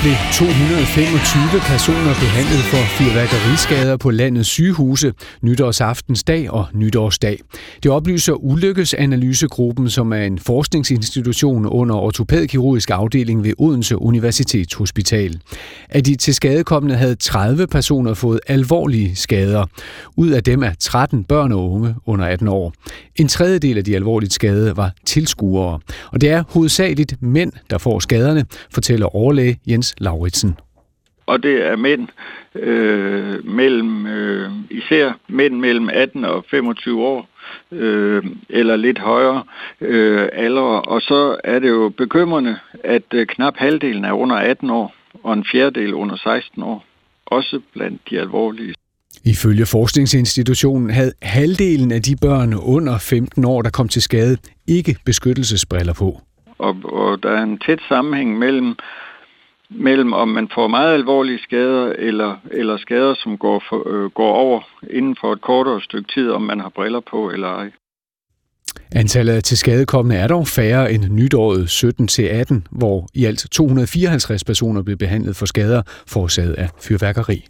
blev to hundrede og femogtyve personer behandlet for fyrværkeriskader på landets sygehuse nytårsaftensdag og nytårsdag. Det oplyser Ulykkesanalysegruppen, som er en forskningsinstitution under ortopædkirurgisk afdeling ved Odense Universitetshospital. Af de tilskadekomne havde tredive personer fået alvorlige skader. Ud af dem er tretten børn og unge under atten år. En tredjedel af de alvorligt skadede var tilskuere. Og det er hovedsageligt mænd, der får skaderne, fortæller overlæge Jens Lauritsen. Og det er mænd øh, mellem, øh, især mænd mellem atten og femogtyve år, øh, eller lidt højere øh, alder. Og så er det jo bekymrende, at øh, knap halvdelen er under atten år, og en fjerdedel under seksten år. Også blandt de alvorlige. Ifølge forskningsinstitutionen havde halvdelen af de børn under femten år, der kom til skade, ikke beskyttelsesbriller på. Og, og der er en tæt sammenhæng mellem, mellem om man får meget alvorlige skader, eller, eller skader, som går, for, øh, går over inden for et kortere stykke tid, om man har briller på eller ej. Antallet af tilskadekomne er dog færre end nytåret sytten til atten, hvor i alt to hundrede og fireoghalvtreds personer blev behandlet for skader forårsaget af fyrværkeri.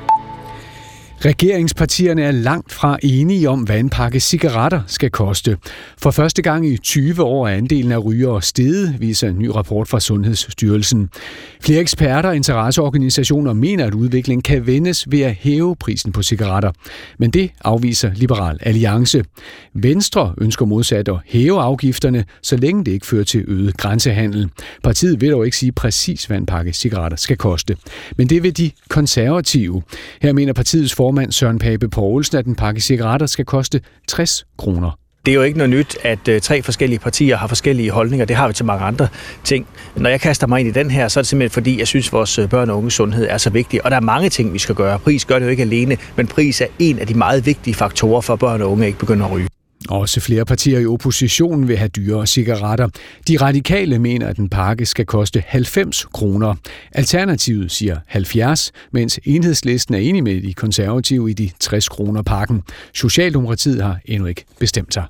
Regeringspartierne er langt fra enige om, hvad en pakke cigaretter skal koste. For første gang i tyve år er andelen af rygere steget, viser en ny rapport fra Sundhedsstyrelsen. Flere eksperter og interesseorganisationer mener, at udviklingen kan vendes ved at hæve prisen på cigaretter. Men det afviser Liberal Alliance. Venstre ønsker modsat at hæve afgifterne, så længe det ikke fører til øget grænsehandel. Partiet vil dog ikke sige præcis, hvad en pakke cigaretter skal koste. Men det vil de konservative. Her mener partiets formand Søren Pape Poulsen, at en pakke cigaretter skal koste tres kroner. Det er jo ikke noget nyt, at øh, tre forskellige partier har forskellige holdninger. Det har vi til mange andre ting. Når jeg kaster mig ind i den her, så er det simpelthen fordi, jeg synes, at vores børn og unge sundhed er så vigtig. Og der er mange ting, vi skal gøre. Pris gør det jo ikke alene, men pris er en af de meget vigtige faktorer for, at børn og unge ikke begynder at ryge. Også flere partier i oppositionen vil have dyrere cigaretter. De radikale mener, at en pakke skal koste halvfems kroner. Alternativet siger halvfjerds, mens Enhedslisten er enig med de konservative i de tres kroner pakken. Socialdemokratiet har endnu ikke bestemt sig.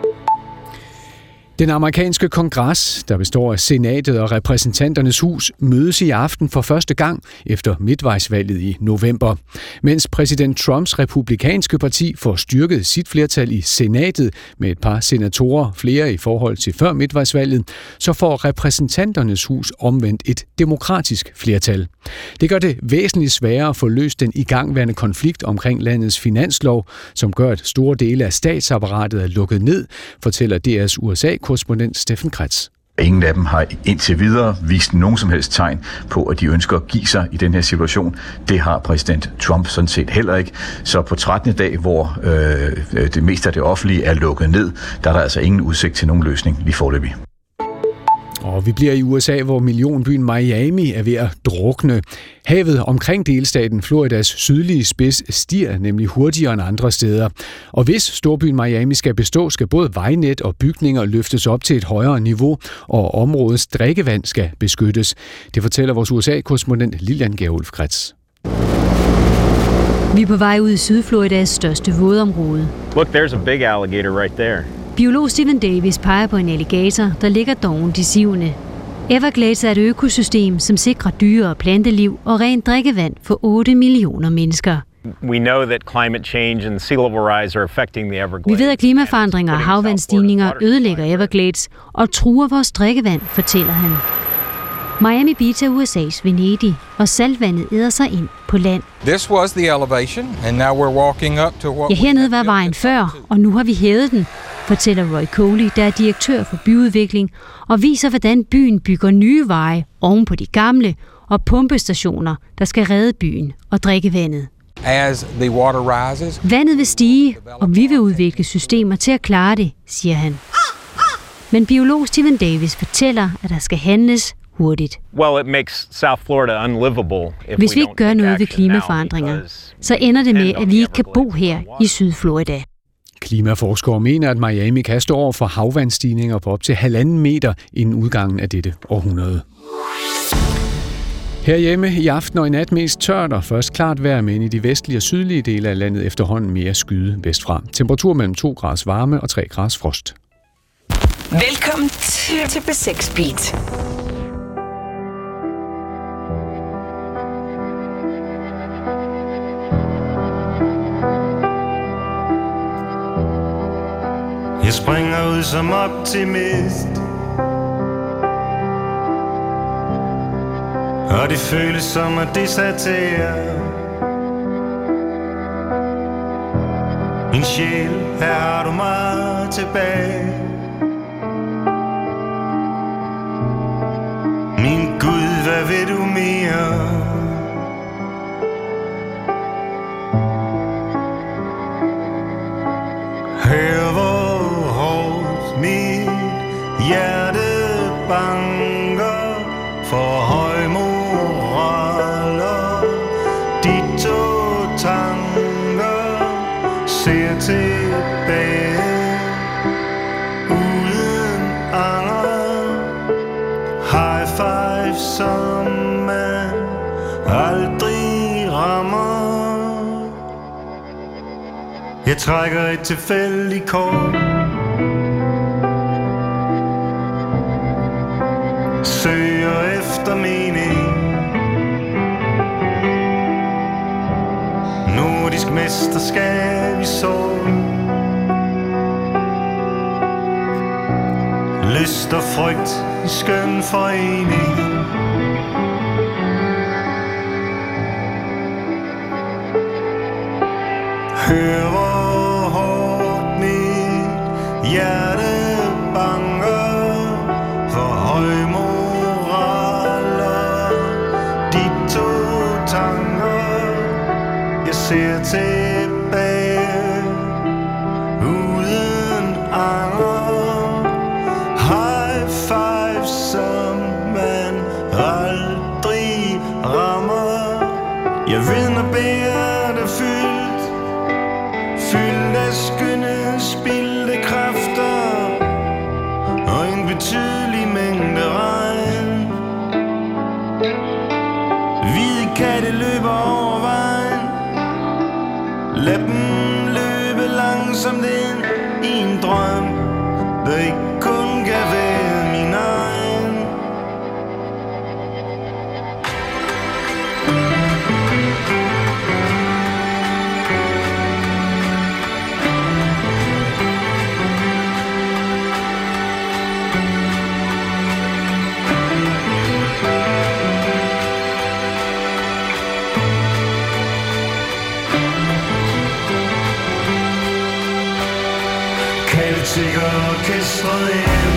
Den amerikanske kongres, der består af senatet og repræsentanternes hus, mødes i aften for første gang efter midtvejsvalget i november. Mens præsident Trumps republikanske parti får styrket sit flertal i senatet med et par senatorer, flere i forhold til før midtvejsvalget, så får repræsentanternes hus omvendt et demokratisk flertal. Det gør det væsentligt sværere at få løst den igangværende konflikt omkring landets finanslov, som gør, at store dele af statsapparatet er lukket ned, fortæller D R's U S A-korrespondent Steffen Kretz. Ingen af dem har indtil videre vist nogen som helst tegn på, at de ønsker at give sig i den her situation. Det har præsident Trump sådan set heller ikke. Så på trettende dag, hvor øh, det meste af det offentlige er lukket ned, der er der altså ingen udsigt til nogen løsning lige foreløbig. Og vi bliver i U S A, hvor millionbyen Miami er ved at drukne. Havet omkring delstaten Floridas sydlige spids stiger nemlig hurtigere end andre steder. Og hvis storbyen Miami skal bestå, skal både vejnet og bygninger løftes op til et højere niveau, og områdets drikkevand skal beskyttes. Det fortæller vores U S A-korrespondent Lilian Gerulf Kretz. Vi er på vej ud i Sydfloridas største vådområde. Look, there's a big alligator right there. Biolog Stephen Davis peger på en alligator, der ligger doven de sivende. Everglades er et økosystem, som sikrer dyre- og planteliv og rent drikkevand for otte millioner mennesker. We know that climate change and sea level rise are affecting the Everglades. Vi ved, at klimaforandringer og havvandsstigninger ødelægger Everglades og truer vores drikkevand, fortæller han. Miami Beach er U S A's Venedig, og saltvandet æder sig ind på land. This was the elevation, and now we're walking up to what. Ja, hernede var vejen før, og nu har vi hævet den, fortæller Roy Coley, der er direktør for byudvikling, og viser, hvordan byen bygger nye veje oven på de gamle og pumpestationer, der skal redde byen og drikkevandet. As the water rises, vandet vil stige, og vi vil udvikle systemer til at klare det, siger han. Men biolog Stephen Davis fortæller, at der skal handles hurtigt. Well, it makes South Florida unlivable if Hvis vi ikke gør noget ved klimaforandringer, så ender det med, at vi ikke kan bo her i Sydflorida. Klimaforskere mener, at Miami kan stå over for havvandsstigninger på op til halvanden meter inden udgangen af dette århundrede. Herhjemme i aften og i nat mest tørt og først klart vejr, men i de vestlige og sydlige dele af landet efterhånden mere skyde vestfra. Temperatur mellem to graders varme og tre graders frost. Velkommen til, til B seks Beat. Jeg springer ud som optimist, og det føles som at desertere. Min sjæl, her har du mig tilbage. Min Gud, hvad vil du mere? Hør hvor hårdt mit hjerte banker for højmoraler. De to tanker ser tilbage uden anger. High five som man aldrig rammer. Jeg trækker et tilfældigt kort, søger efter mening. Nordisk mesterskab i sorg, lyst og frygt i skøn forening. Hør hvor hårdt mit hjerte banker for højmoraler. De to tanker, jeg ser tilbage uden anger. High five som man aldrig rammer. Jeg vidner bærer det fyldt, fyldt af skønne spildte kræfter og en betydelig mængde regn. Hvide katte løber over vejen, lad dem løbe langsomt ind i en drøm, der ikke kun kan være min egen. Celtic orkestret hjem,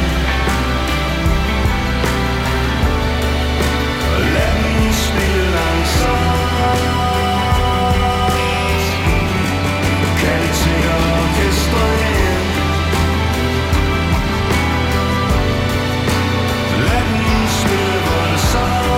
og lad dem spille langsomt. Celtic orkestret hjem, lad dem spille voldsomt.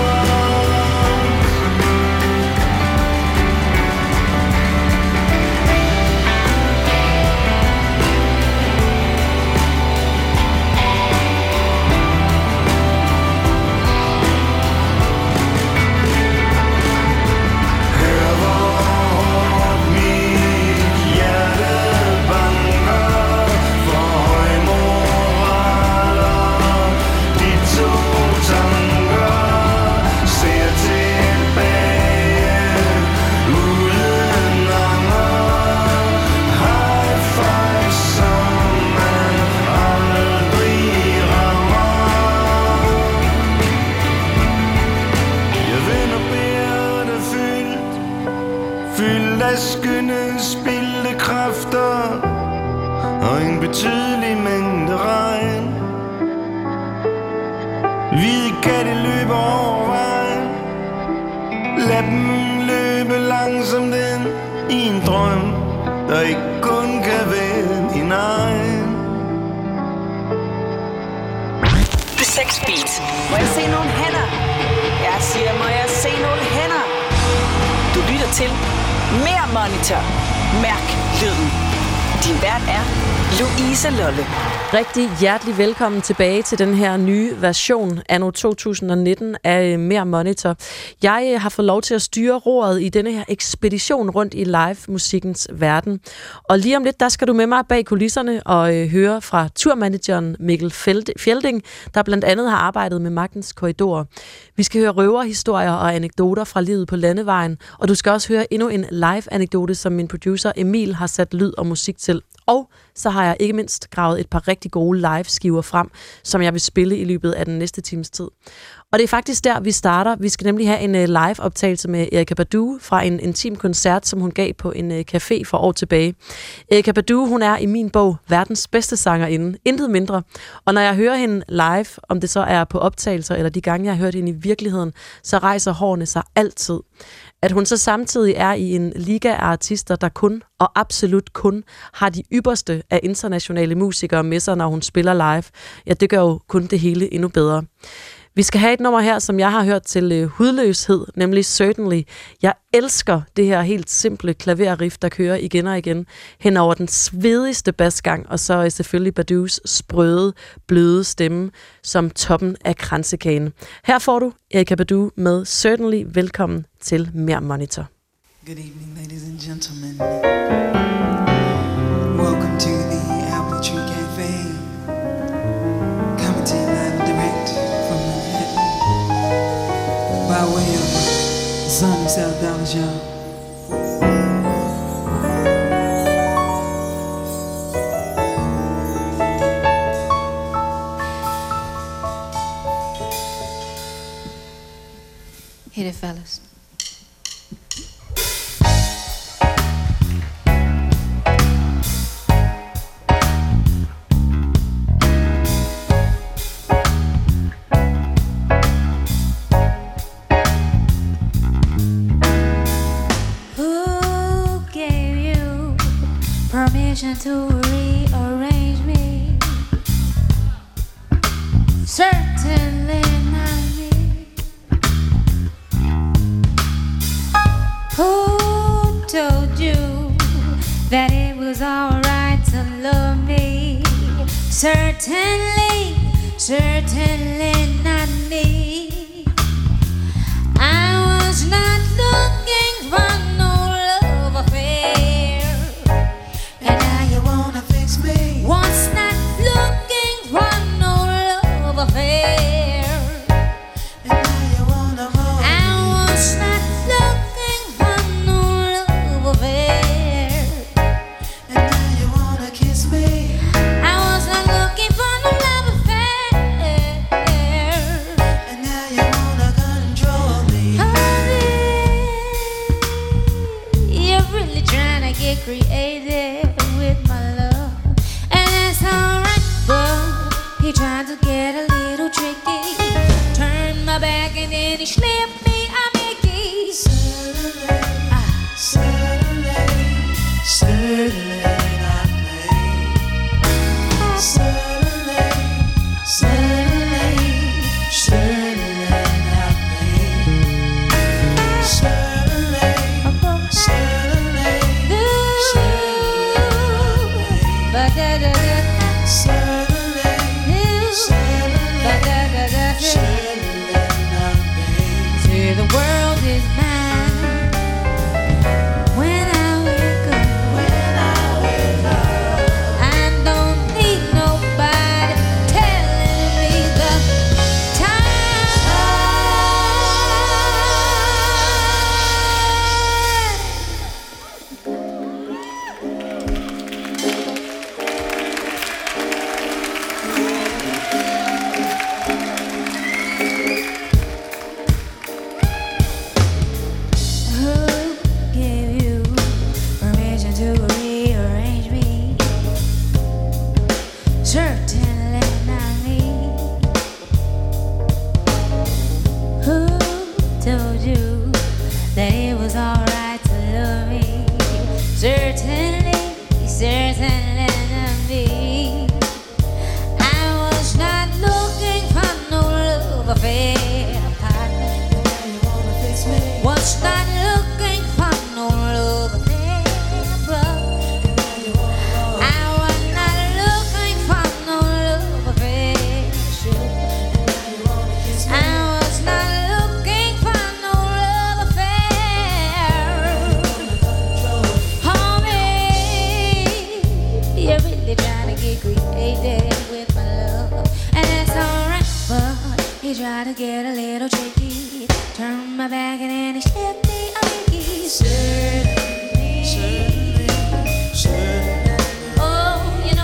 Skønne spildte kræfter og en betydelig mængde regn. Hvide katte løber over vejen, lad dem løbe langsomt ind i en drøm, der ikke kun kan være din egen. P seks Beat. Må jeg se nogle hænder? Jeg siger, må jeg se nogle hænder? Du lytter til Mere Monitor. Mærk lyden. Din vært er Louise Lolle. Rigtig hjertelig velkommen tilbage til den her nye version anno to tusind nitten af Mere Monitor. Jeg har fået lov til at styre roret i denne her ekspedition rundt i live-musikkens verden. Og lige om lidt, der skal du med mig bag kulisserne og øh, høre fra turmanageren Mikkel Fjelding, der blandt andet har arbejdet med Magtens Korridorer. Vi skal høre røverhistorier og anekdoter fra livet på landevejen, og du skal også høre endnu en live-anekdote, som min producer Emil har sat lyd og musik til. Og så har jeg ikke mindst gravet et par rigtig gode live-skiver frem, som jeg vil spille i løbet af den næste times tid. Og det er faktisk der, vi starter. Vi skal nemlig have en live-optagelse med Erykah Badu fra en intim koncert, som hun gav på en café for år tilbage. Erykah Badu, hun er i min bog verdens bedste sangerinde, intet mindre. Og når jeg hører hende live, om det så er på optagelser eller de gange, jeg har hørt hende i virkeligheden, så rejser hårene sig altid. At hun så samtidig er i en liga af artister, der kun og absolut kun har de ypperste af internationale musikere med sig, når hun spiller live, ja, det gør jo kun det hele endnu bedre. Vi skal have et nummer her, som jeg har hørt til øh, hudløshed, nemlig Certainly. Jeg elsker det her helt simple klaverriff, der kører igen og igen hen over den svedigste basgang, og så øh, selvfølgelig Badus sprøde, bløde stemme som toppen af kransekagen. Her får du Erykah Badu med Certainly. Velkommen til Mere Monitor. Good evening, ladies and gentlemen. Welcome to the Apple Tree Cafe. Coming to you live and direct from Manhattan. By way of sunny South Dallas, y'all. Hit it, fellas. To rearrange me, certainly not me. Who told you that it was alright to love me? Certainly, certainly not me. I was not looking for no love affair. Me. Was not looking for no love affair. And now you wanna hold I me. Was not looking for no love affair. And now you wanna kiss me. I was not looking for no love affair. And now you wanna control me. Oh, you're really trying to get creative with my love. He tried to get a little tricky. Turned my back and then he slipped me a Mickey. Certainly, ah. certainly, certainly not me. Certainly, certainly, certainly not me. Certainly, certainly, certainly, but da da da. See, the world is mine when I wake up. When I wake up, I don't need nobody telling me the try to get a little tricky. Turn my back and then he slipped me a Mickey. Certainly, certainly, certainly. Oh, you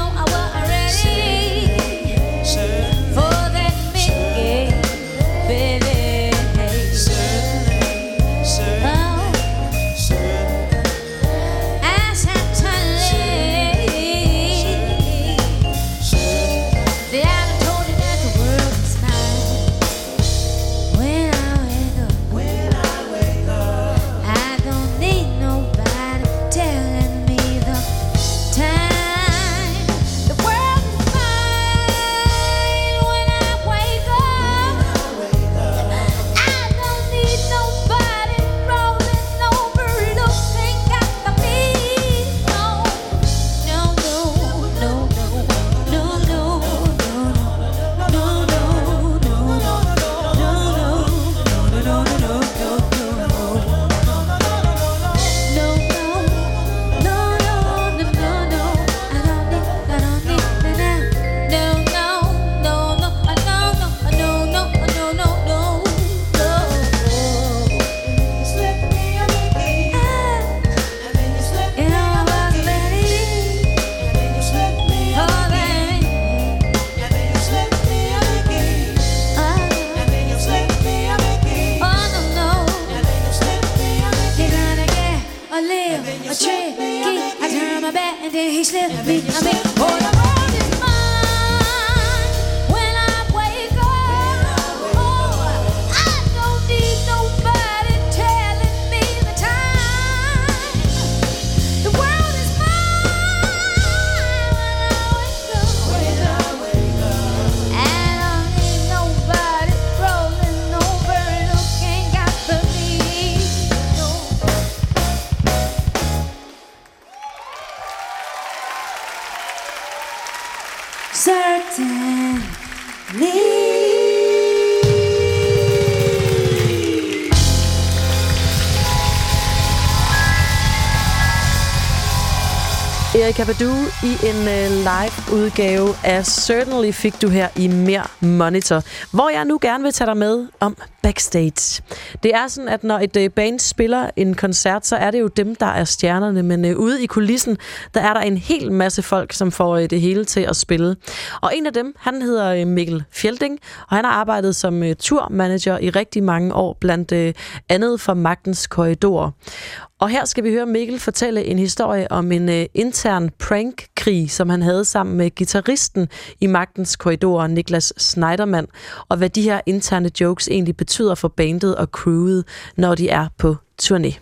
Erykah Badu i en uh, live-udgave af Certainly fik du her i Mere Monitor, hvor jeg nu gerne vil tage dig med om backstage. Det er sådan, at når et uh, band spiller en koncert, så er det jo dem, der er stjernerne, men uh, ude i kulissen, der er der en hel masse folk, som får uh, det hele til at spille. Og en af dem, han hedder uh, Mikkel Fjelding, og han har arbejdet som uh, turmanager i rigtig mange år, blandt uh, andet for Magtens Korridorer. Og her skal vi høre Mikkel fortælle en historie om en uh, intern prank-krig, som han havde sammen med guitaristen i Magtens Korridorer, Niklas Schneiderman, og hvad de her interne jokes egentlig betyder for bandet og crewet, når de er på turné.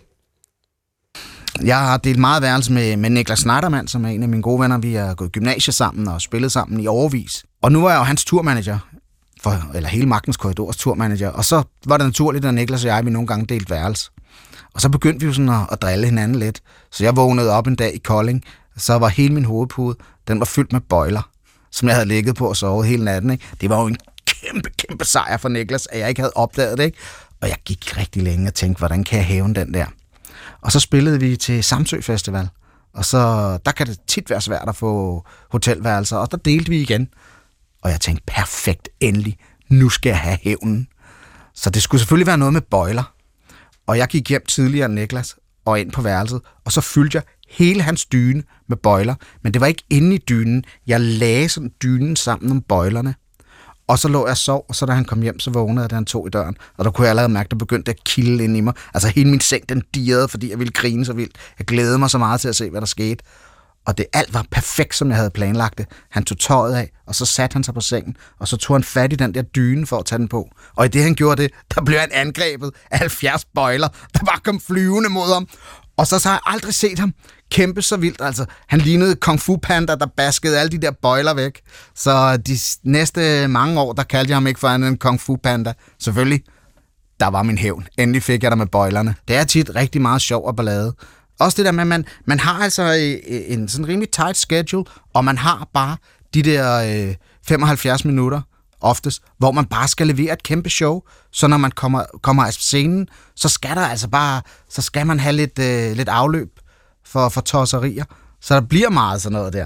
Jeg har delt meget værelse med, med Niklas Schneiderman, som er en af mine gode venner. Vi har gået i gymnasiet sammen og spillet sammen i årevis. Og nu er jeg jo hans turmanager, for, eller hele Magtens Korridors turmanager. Og så var det naturligt, at Niklas og jeg vi nogle gange delt værelse. Og så begyndte vi jo sådan at, at drille hinanden lidt. Så jeg vågnede op en dag i Kolding, så var hele min hovedpude, den var fyldt med bøjler, som jeg havde ligget på og sovet hele natten. Ikke? Det var jo en kæmpe, kæmpe sejr for Niklas, at jeg ikke havde opdaget det. Ikke? Og jeg gik rigtig længe og tænkte, hvordan kan jeg hæve den der? Og så spillede vi til Samsø Festival. Og så der kan det tit være svært at få hotelværelser, og der delte vi igen. Og jeg tænkte, perfekt, endelig, nu skal jeg have hævnen. Så det skulle selvfølgelig være noget med bøjler. Og jeg gik hjem tidligere end Niklas og ind på værelset, og så fyldte jeg hele hans dyne med bøjler. Men det var ikke inde i dynen. Jeg lagde sådan dynen sammen om bøjlerne. Og så lå jeg og sov, og så da han kom hjem, så vågnede jeg, da han tog i døren. Og der kunne jeg allerede mærke, at der begyndte at kilde ind i mig. Altså hele min seng, den dirrede, fordi jeg ville grine så vildt. Jeg glædede mig så meget til at se, hvad der skete. Og det alt var perfekt, som jeg havde planlagt det. Han tog tøjet af, og så satte han sig på sengen, og så tog han fat i den der dyne for at tage den på. Og i det, han gjorde det, der blev han angrebet af halvfjerds bøjler, der bare kom flyvende mod ham. Og så, så har jeg aldrig set ham kæmpe så vildt. Altså, han lignede Kung Fu Panda, der baskede alle de der bøjler væk. Så de næste mange år, der kaldte jeg ham ikke for andet end Kung Fu Panda. Selvfølgelig, der var min hævn. Endelig fik jeg der med bøjlerne. Det er tit rigtig meget sjov og ballade. Også det der med, at man, man har altså en sådan rimelig tight schedule, og man har bare de der øh, femoghalvfjerds minutter oftest, hvor man bare skal levere et kæmpe show. Så når man kommer, kommer af scenen, så skal der altså bare, så skal man have lidt, øh, lidt afløb for, for tosserier. Så der bliver meget sådan noget der.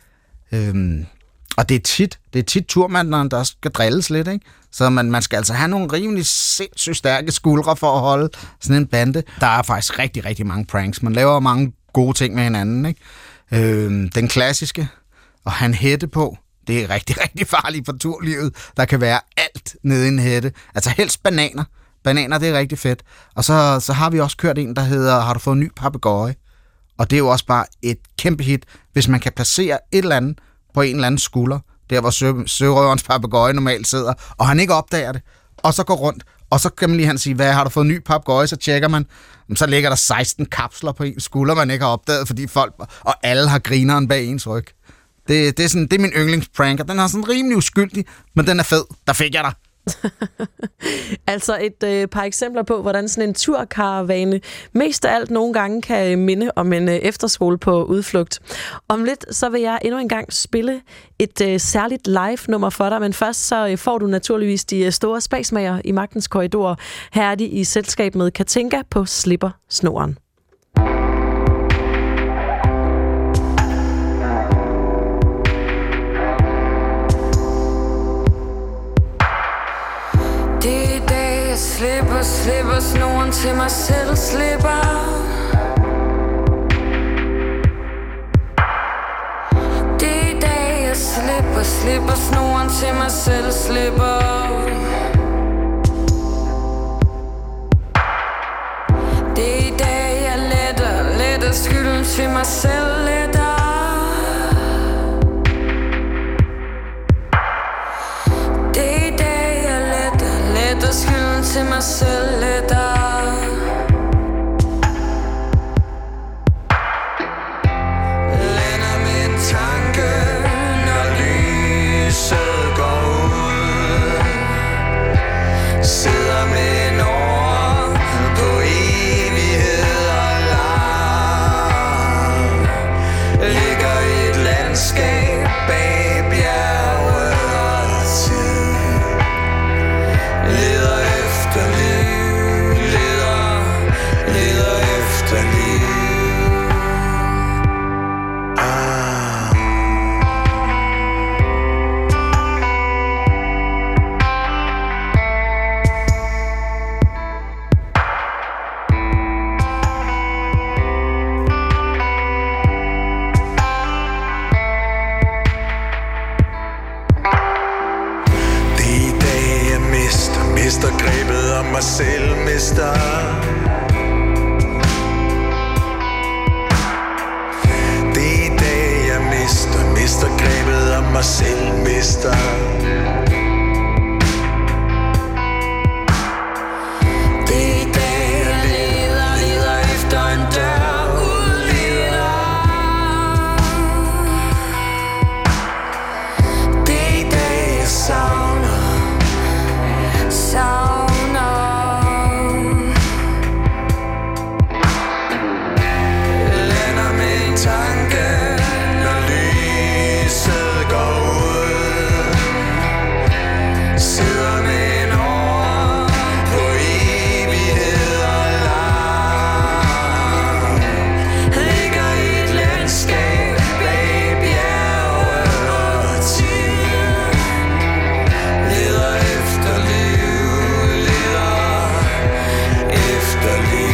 Øhm, og det er tit, det er tit turmanderen, der skal drilles lidt, ikke? Så man, man skal altså have nogle rimelig sindssygt stærke skuldre for at holde sådan en bande. Der er faktisk rigtig, rigtig mange pranks. Man laver mange gode ting med hinanden, ikke? Øhm, den klassiske, og han hætte på, det er rigtig, rigtig farligt for turlivet. Der kan være alt nede i en hætte. Altså helst bananer. Bananer, det er rigtig fedt. Og så, så har vi også kørt en, der hedder, har du fået en ny papegøje? Og det er jo også bare et kæmpe hit, hvis man kan placere et eller andet på en eller anden skulder, der hvor sø, sørøverens papegøje normalt sidder, og han ikke opdager det, og så går rundt, og så kan man lige han sige, hvad har du fået en ny papegøje? Så tjekker man, så ligger der seksten kapsler på en skulder, man ikke har opdaget, fordi folk, og alle har grineren bag ens ryg. Det, det, er, sådan, det er min yndlingsprank, og den er sådan rimelig uskyldig, men den er fed. Der fik jeg dig. Altså et øh, par eksempler på, hvordan sådan en turkaravane mest af alt nogle gange kan minde om en øh, efterskole på udflugt. Om lidt, så vil jeg endnu en gang spille et øh, særligt live-nummer for dig, men først så øh, får du naturligvis de øh, store spasmager i Magtens Korridorer. Her er de i selskab med Katinka på Slipper Snoren. Slipper, slipper snoren til mig selv, slipper. Det er i dag, jeg slipper, slipper snoren til mig selv, slipper. Det er i dag, jeg letter, letter skylden til mig selv, letter. Det er i dag, jeg letter, letter skylden til mig selv letter. Lander med en tanke, når lyset går ud. Sidder med en ord på evighed og larm. Ligger i et landskab bag bjerg. mister, mister grebet om mig selv, mister. Det er i dag, jeg mister, mister grebet om mig selv, mister. Det er i dag, jeg leder, leder efter en dør udleder. Det er i dag, jeg savner, savner. Lander med en tanke, når lyset går ud. Sidder med en år på evighed og larm. Ligger i et landskab bag bjerge og tid. Leder efter liv, leder efter liv.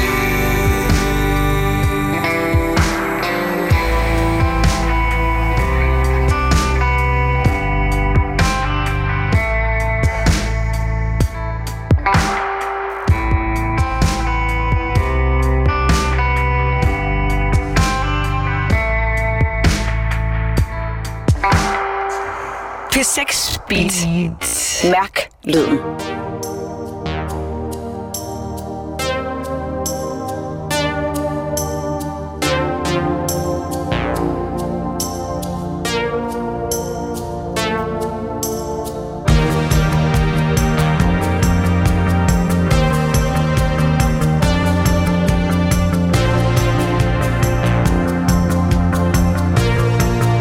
P seks Beat. Mærk lyden.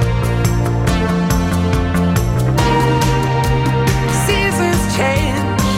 Seasons change,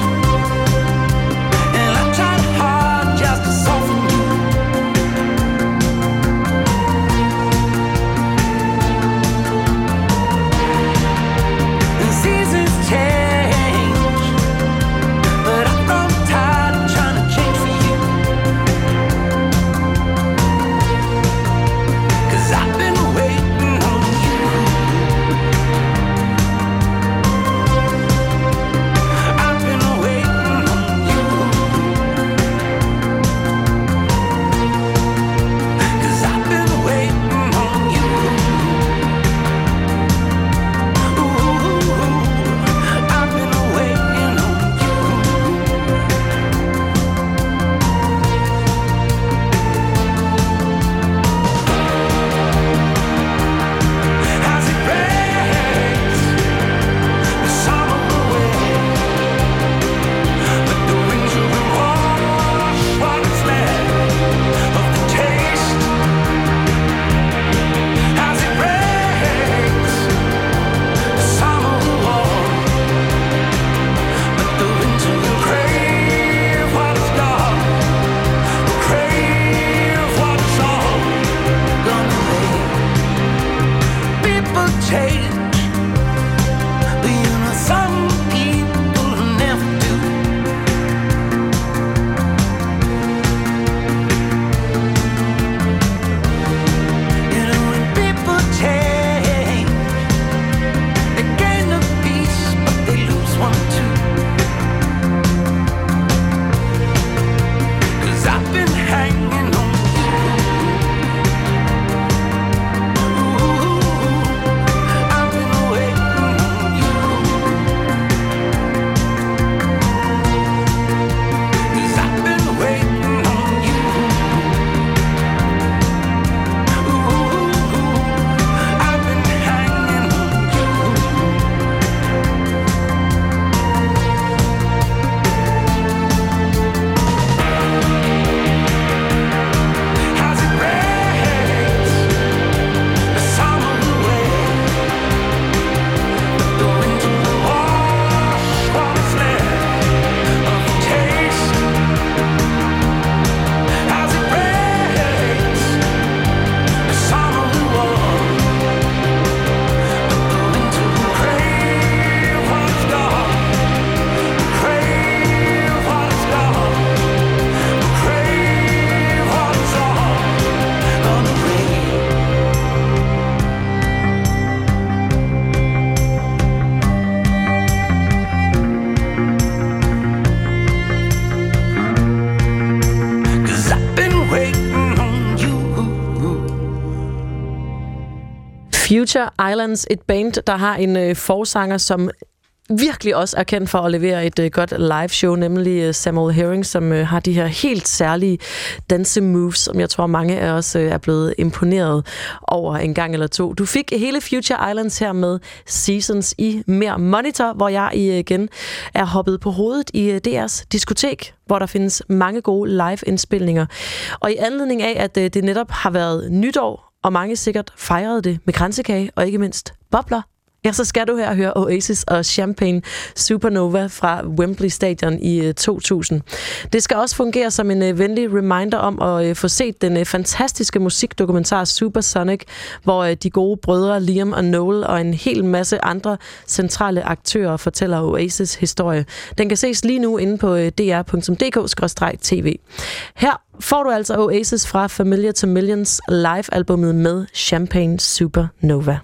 Future Islands, et band, der har en øh, forsanger, som virkelig også er kendt for at levere et øh, godt live-show, nemlig øh, Samuel Herring, som øh, har de her helt særlige dansemoves, som jeg tror mange af os øh, er blevet imponeret over en gang eller to. Du fik hele Future Islands her med Seasons i Mere Monitor, hvor jeg igen er hoppet på hovedet i øh, D R's diskotek, hvor der findes mange gode live-indspilninger. Og i anledning af, at øh, det netop har været nytår, og mange sikkert fejrede det med kransekage og ikke mindst bobler, ja, så skal du her høre Oasis og Champagne Supernova fra Wembley Stadion i uh, to tusind. Det skal også fungere som en uh, venlig reminder om at uh, få set den uh, fantastiske musikdokumentar Supersonic, hvor uh, de gode brødre Liam og Noel og en hel masse andre centrale aktører fortæller Oasis historie. Den kan ses lige nu inde på uh, d r punktum d k skråstreg t v. Her får du altså Oasis fra Familiar to Millions live-albummet med Champagne Supernova.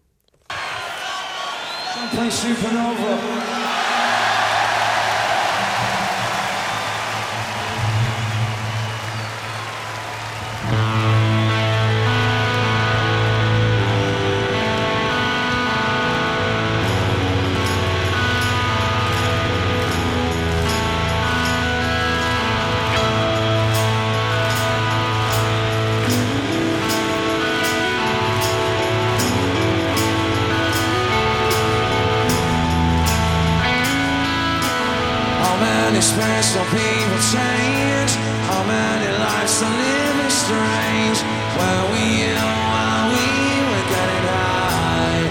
Play Supernova. Special people change. How many lives are living strange? Where we you while we were getting high?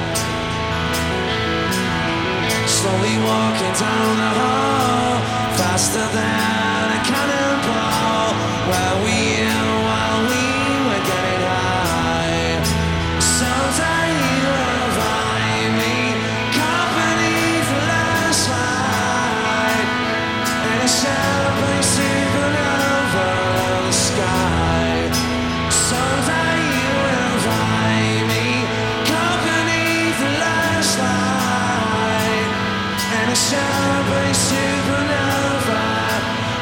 Slowly walking down the hall, faster than a cannonball. Where we you while we were getting high? Someday you will find me company for last night. Champagne supernova in the sky. Someday you will find me company for last night. And a champagne supernova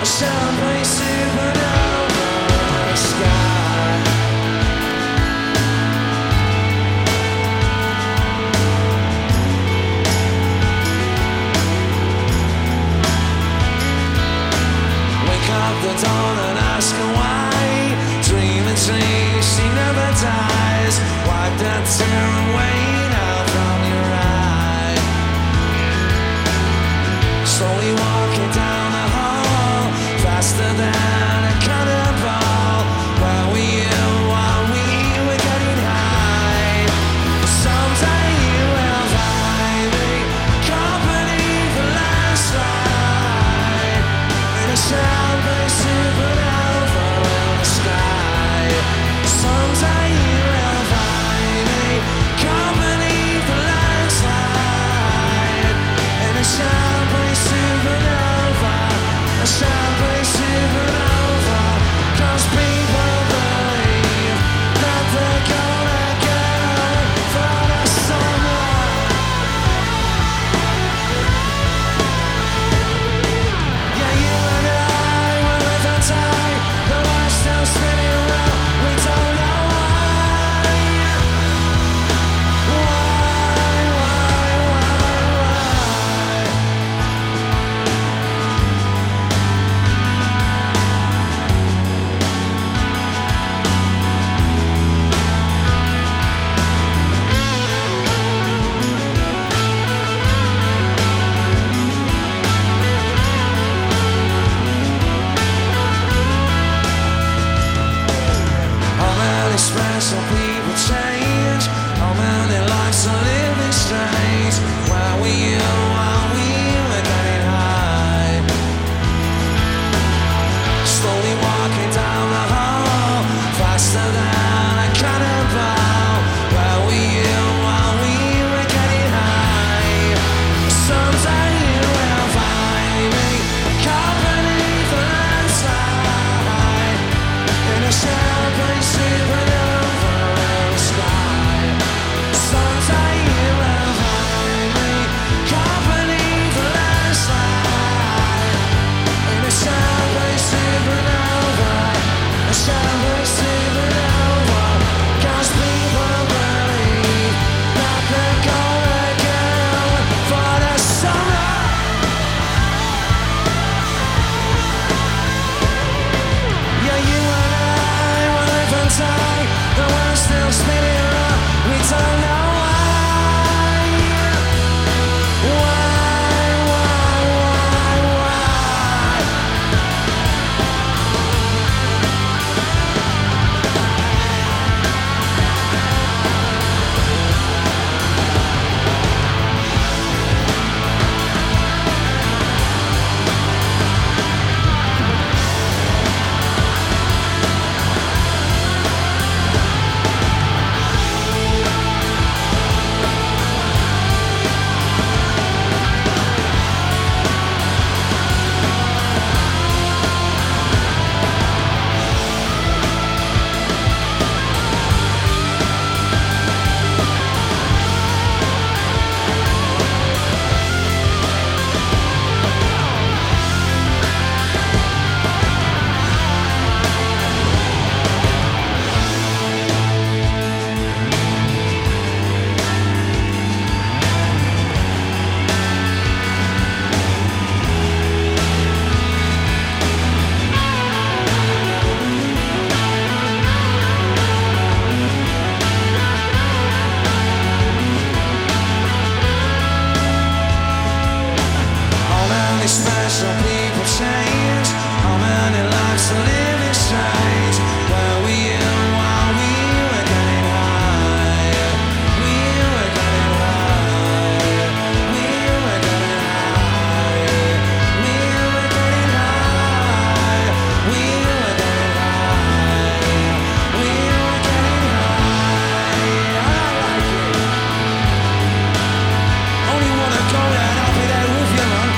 Some people change. How many lives to live is strange. Where we in while we were getting high. We were getting high. We were getting high. We were getting high. We were getting high. We were getting high. I like it. Only wanna go that I'll be there with you, man.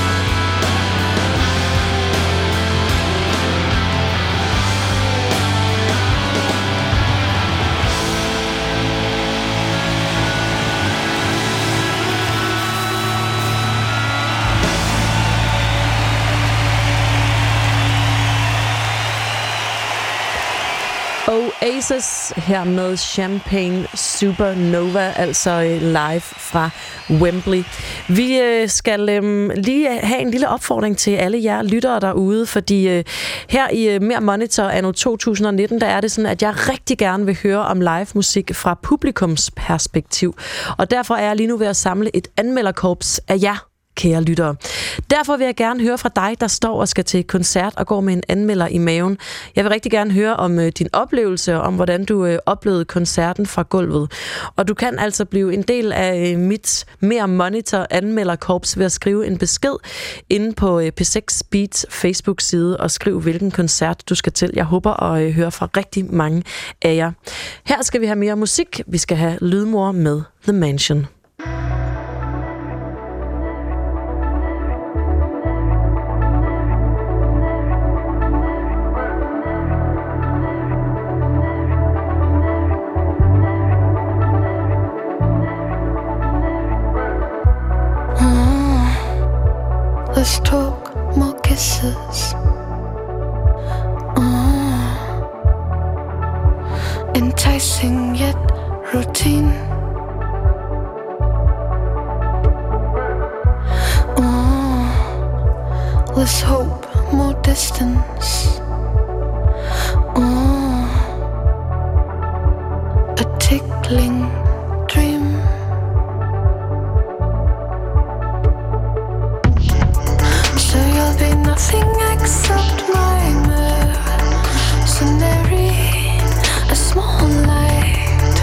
Oasis her med Champagne Supernova, altså live fra Wembley. Vi skal lige have en lille opfordring til alle jer lyttere derude, fordi her i Mere Monitor anno to tusind nitten, der er det sådan, at jeg rigtig gerne vil høre om live musik fra publikums perspektiv. Og derfor er jeg lige nu ved at samle et anmelderkorps af jer, kære lyttere. Derfor vil jeg gerne høre fra dig, der står og skal til koncert og går med en anmelder i maven. Jeg vil rigtig gerne høre om øh, din oplevelse og om, hvordan du øh, oplevede koncerten fra gulvet. Og du kan altså blive en del af øh, mit Mere Monitor anmelderkorps ved at skrive en besked inde på øh, P seks Beats Facebook-side og skriv, hvilken koncert du skal til. Jeg håber at øh, høre fra rigtig mange af jer. Her skal vi have mere musik. Vi skal have Lydmor med The Mansion. Let's talk more kisses. Uh, enticing yet routine. Uh, let's hope more distance. Uh, a tickling dream. So you'll be nothing except my mercenary, a small light,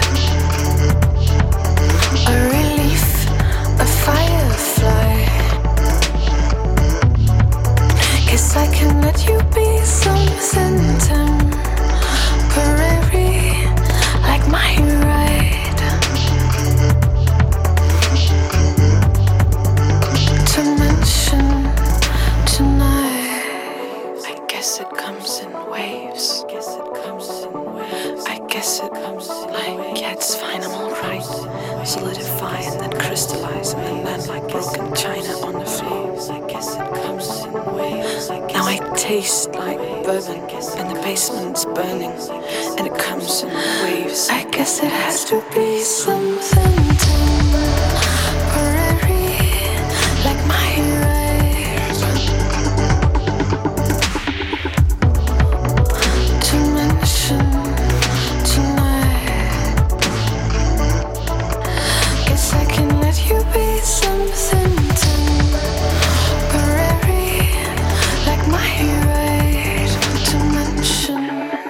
a relief, a firefly. Guess I can let you be something temporary, like my ride. To mention tonight, I guess it comes in waves. I guess it comes like, yeah, it's fine, I'm alright. Solidify and then crystallize and then land like broken china on the floor. I guess it comes in waves. Now I taste like bourbon and the basement's burning and it comes in waves. I guess it has to be something temporary, like my ride. To mention tonight, guess I can let you be something temporary, like my ride. To mention.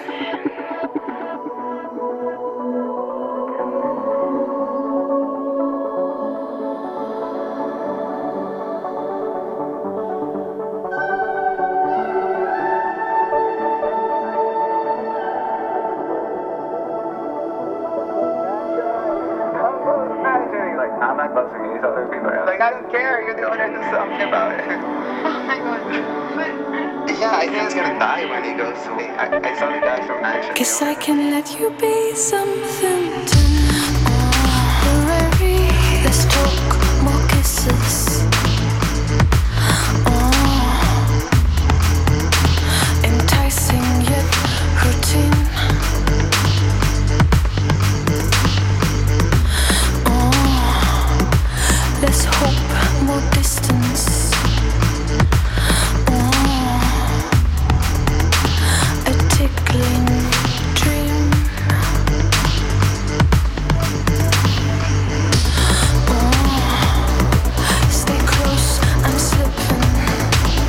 I'm not buzzing these other people. Like, I don't care. You're the one that does something about it. Oh my god. Yeah, I think he's gonna die when he goes to me. I, I saw the guy from Action. Guess I can let you be something temporary. Let's talk more kisses. Oh, enticing yet routine. Let's hope more distance. Oh, a tickling dream. Oh, stay close, I'm slipping.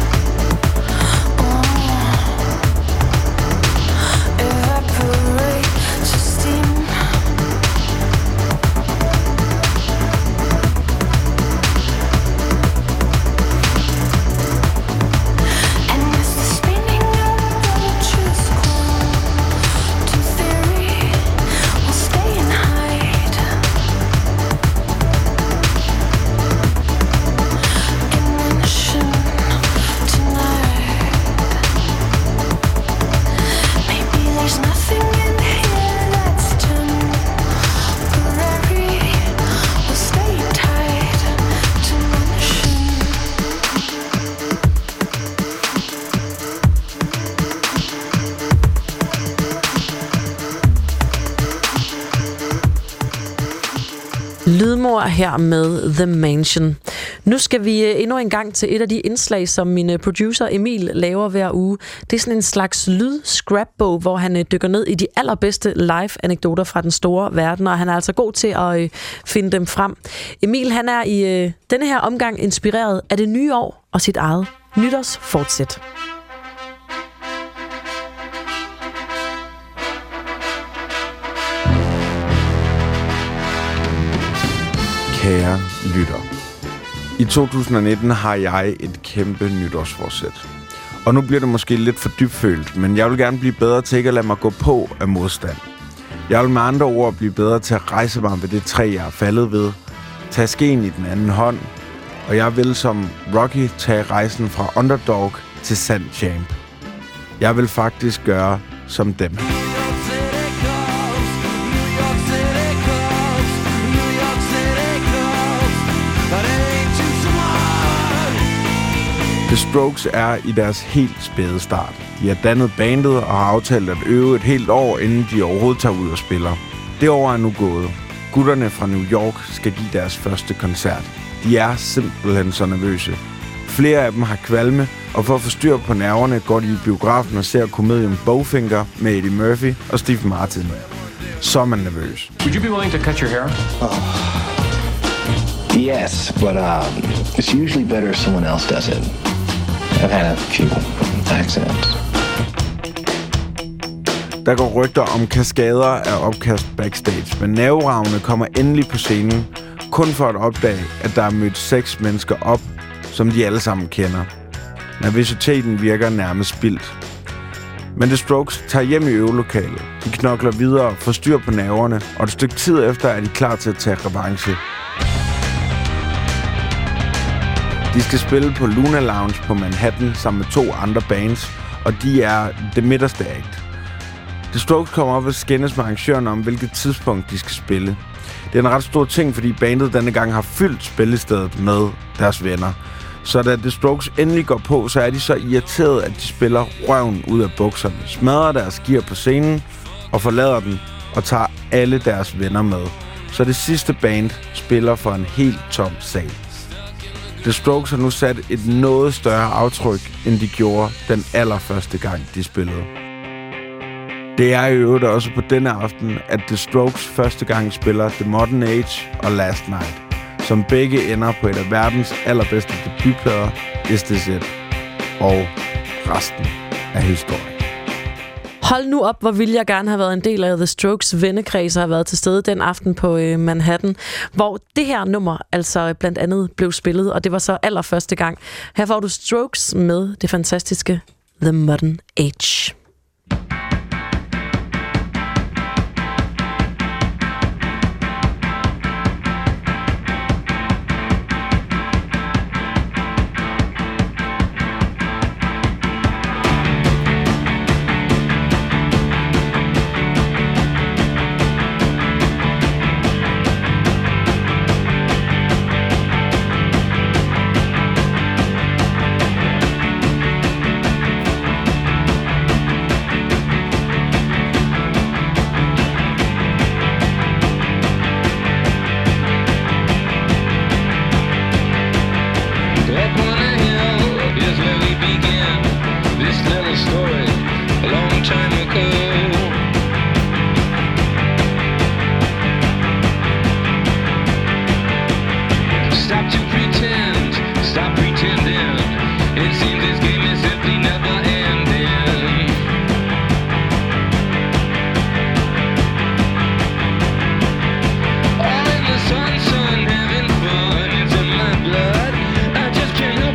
her med The Mansion. Nu skal vi endnu en gang til et af de indslag, som min producer Emil laver hver uge. Det er sådan en slags lyd-scrapbog, hvor han dykker ned i de allerbedste live-anekdoter fra den store verden, og han er altså god til at øh, finde dem frem. Emil, han er i øh, denne her omgang inspireret af det nye år og sit eget nytårsfortsæt. Kære lytter. I to tusind nitten har jeg et kæmpe nytårsforsæt. Og nu bliver det måske lidt for dybfølt, men jeg vil gerne blive bedre til ikke at lade mig gå på af modstand. Jeg vil med andre ord blive bedre til at rejse mig ved det træ, jeg er faldet ved, tage skeen i den anden hånd, og jeg vil som Rocky tage rejsen fra underdog til sand champ. Jeg vil faktisk gøre som dem. The Strokes er i deres helt spæde start. De har dannet bandet og har aftalt at øve et helt år, inden de overhovedet tager ud og spiller. Det år er nu gået. Gutterne fra New York skal give deres første koncert. De er simpelthen så nervøse. Flere af dem har kvalme, og for at få styr på nerverne går de i biografen og ser komedien Bowfinger med Eddie Murphy og Steve Martin. Så er man nervøs. Would you be willing to cut your hair? Oh. Yes, but um, it's usually better if someone else does it. I've had a few accidents. Der går rygter om kaskader af opkast backstage, men nerveravne kommer endelig på scenen, kun for at opdage, at der er mødt seks mennesker op, som de alle sammen kender. Nervøsiteten virker nærmest spildt. Men The Strokes tager hjem i øvelokalet. De knokler videre, får styr på nerverne, og et stykke tid efter er de klar til at tage revanche. De skal spille på Luna Lounge på Manhattan sammen med to andre bands, og de er det midterste act. The Strokes kommer op og skændes med arrangørerne om, hvilket tidspunkt de skal spille. Det er en ret stor ting, fordi bandet denne gang har fyldt spillestedet med deres venner. Så da The Strokes endelig går på, så er de så irriterede, at de spiller røven ud af bukserne, smadrer deres gear på scenen og forlader den og tager alle deres venner med. Så det sidste band spiller for en helt tom sal. The Strokes har nu sat et noget større aftryk, end de gjorde den allerførste gang, de spillede. Det er i øvrigt også på denne aften, at The Strokes første gang spiller The Modern Age og Last Night, som begge ender på et af verdens allerbedste debutplader, Is This It, og resten af historien. Hold nu op, hvor ville jeg gerne have været en del af The Strokes vennekreds og have været til stede den aften på øh, Manhattan, hvor det her nummer altså blandt andet blev spillet, og det var så allerførste gang. Her får du Strokes med det fantastiske The Modern Age. Just can't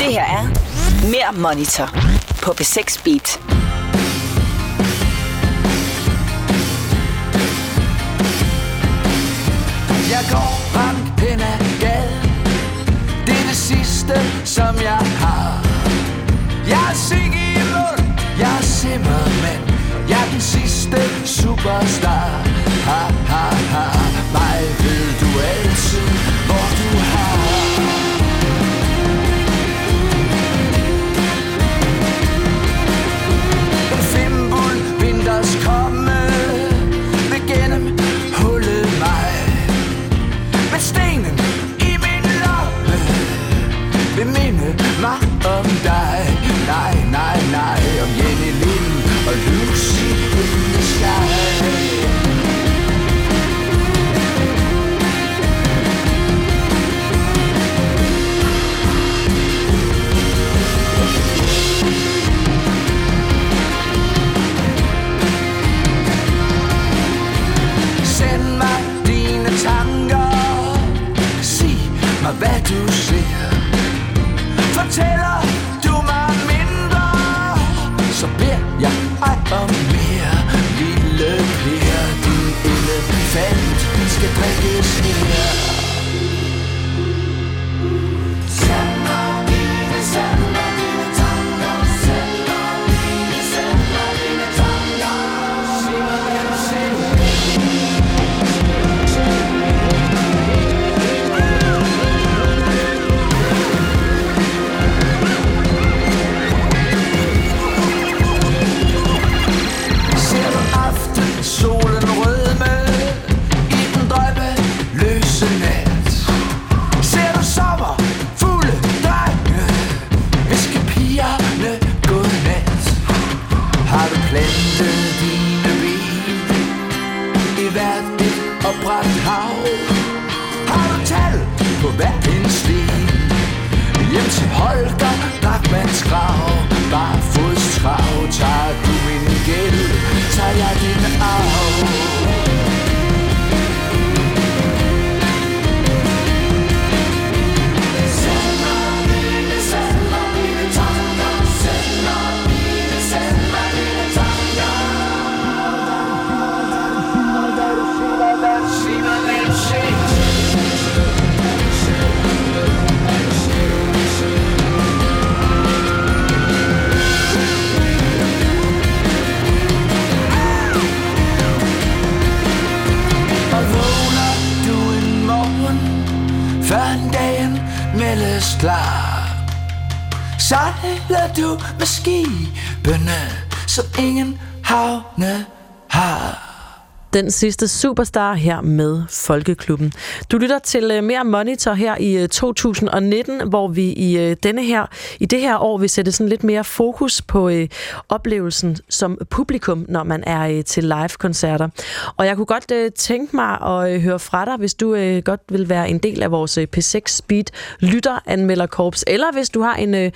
Det her er Mere Monitor på P seks Beat. Jeg går rank hen ad gaden. Det er det sidste, som jeg har. Jeg er Sigge i mund, jeg er Zimmermann. Jeg er den sidste superstar. Ha, ha, ha. Mig ved du altid, hvor du har. En fimbul vinters komme vil gennem hullet mig. Men stenen i min lomme vil minde mig om dig. Nej, nej, nej, om Jenny Lind og Lucy in the sky. Send mig dine tanker. Sig mig, hvad du ser. Fortæller du mig mindre, så beder jeg ej om mere. Lille Per, din elefant skal drikkes her. Send mig dine, send mig dine tanker. Send mig dine, send mig dine tanker. Sig mig, hvad du ser. Solen rødme i den drømme løse nat. Ser du sommer, fulde drenge, viske pigerne godnat. Har du plantet dine ben i hvert et opbrændt hav? Har du tal på hver en sten? Hjem til Holger, Drachmanns grav. Bare fodstrav, tager du min gæld, tager jeg din arv. Send mig dine, send mig dine tanker. Send mig dine, send mig dine tanker. Sig mig, hvad du ser. Før dagen meldes klar, sejler du med skibene, som ingen havne har. Den sidste superstar her med Folkeklubben. Du lytter til Mere Monitor her i to tusind nitten, hvor vi i denne her i det her år vil sætte sådan lidt mere fokus på øh, oplevelsen som publikum, når man er øh, til live-koncerter. Og jeg kunne godt øh, tænke mig at øh, høre fra dig, hvis du øh, godt vil være en del af vores øh, P seks Beat lytteranmelderkorps, eller hvis du har en øh,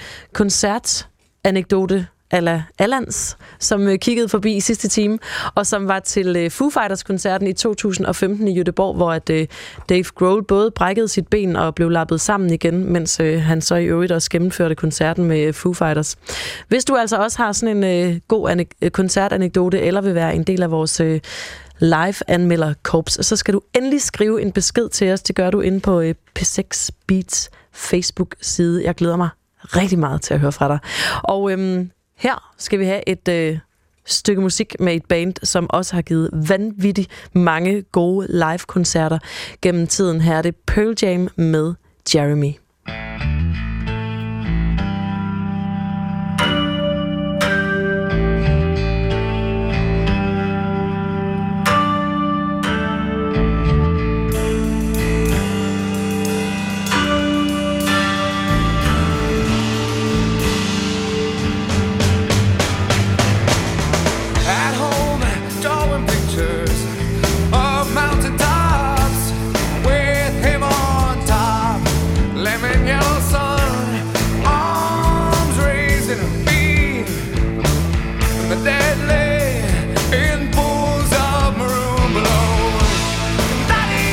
koncertanekdote Alla Allans, som øh, kiggede forbi i sidste time, og som var til øh, Foo Fighters-koncerten i to tusind femten i Göteborg, hvor at, øh, Dave Grohl både brækkede sit ben og blev lappet sammen igen, mens øh, han så i øvrigt også gennemførte koncerten med øh, Foo Fighters. Hvis du altså også har sådan en øh, god anek- koncertanekdote, eller vil være en del af vores øh, live-anmelderkorps, så skal du endelig skrive en besked til os. Det gør du inde på øh, P seks Beats Facebook-side. Jeg glæder mig rigtig meget til at høre fra dig. Og øhm, her skal vi have et øh, stykke musik med et band, som også har givet vanvittigt mange gode live-koncerter gennem tiden. Her er det Pearl Jam med Jeremy.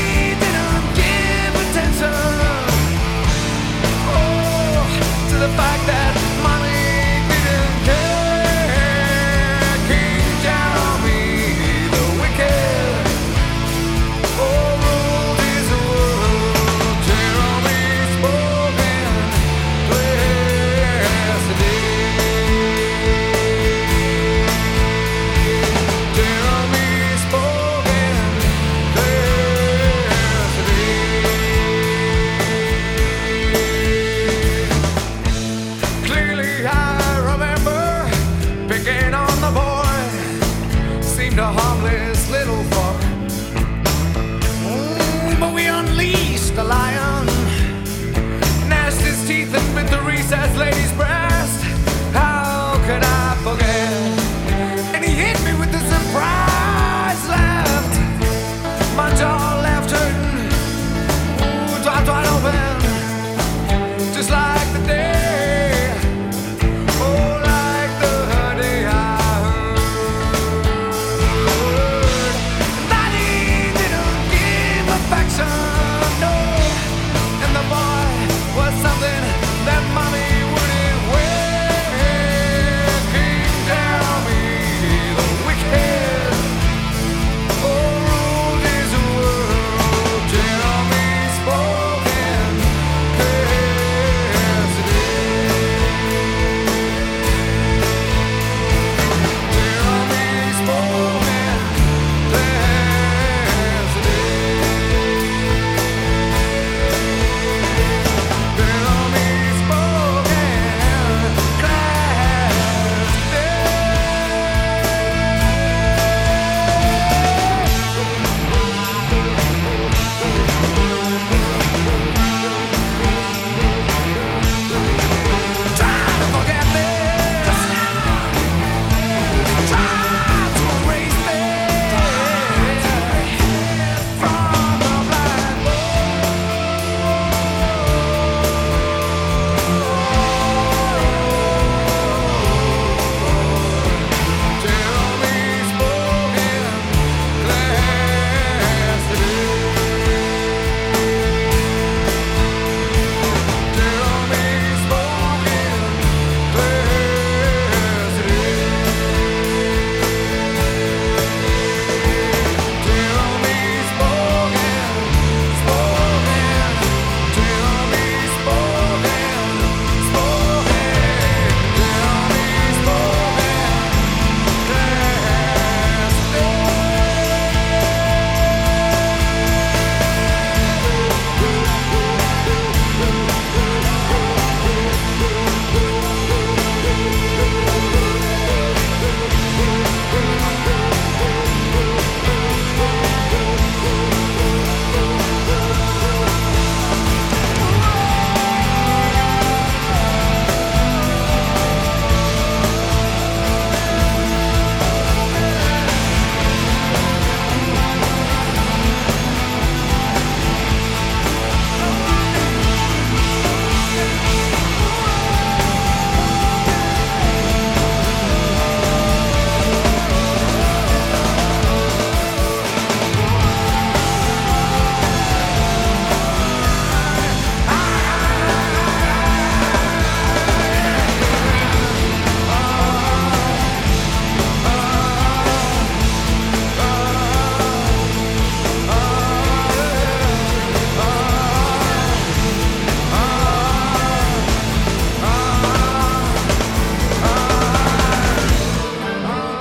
The fact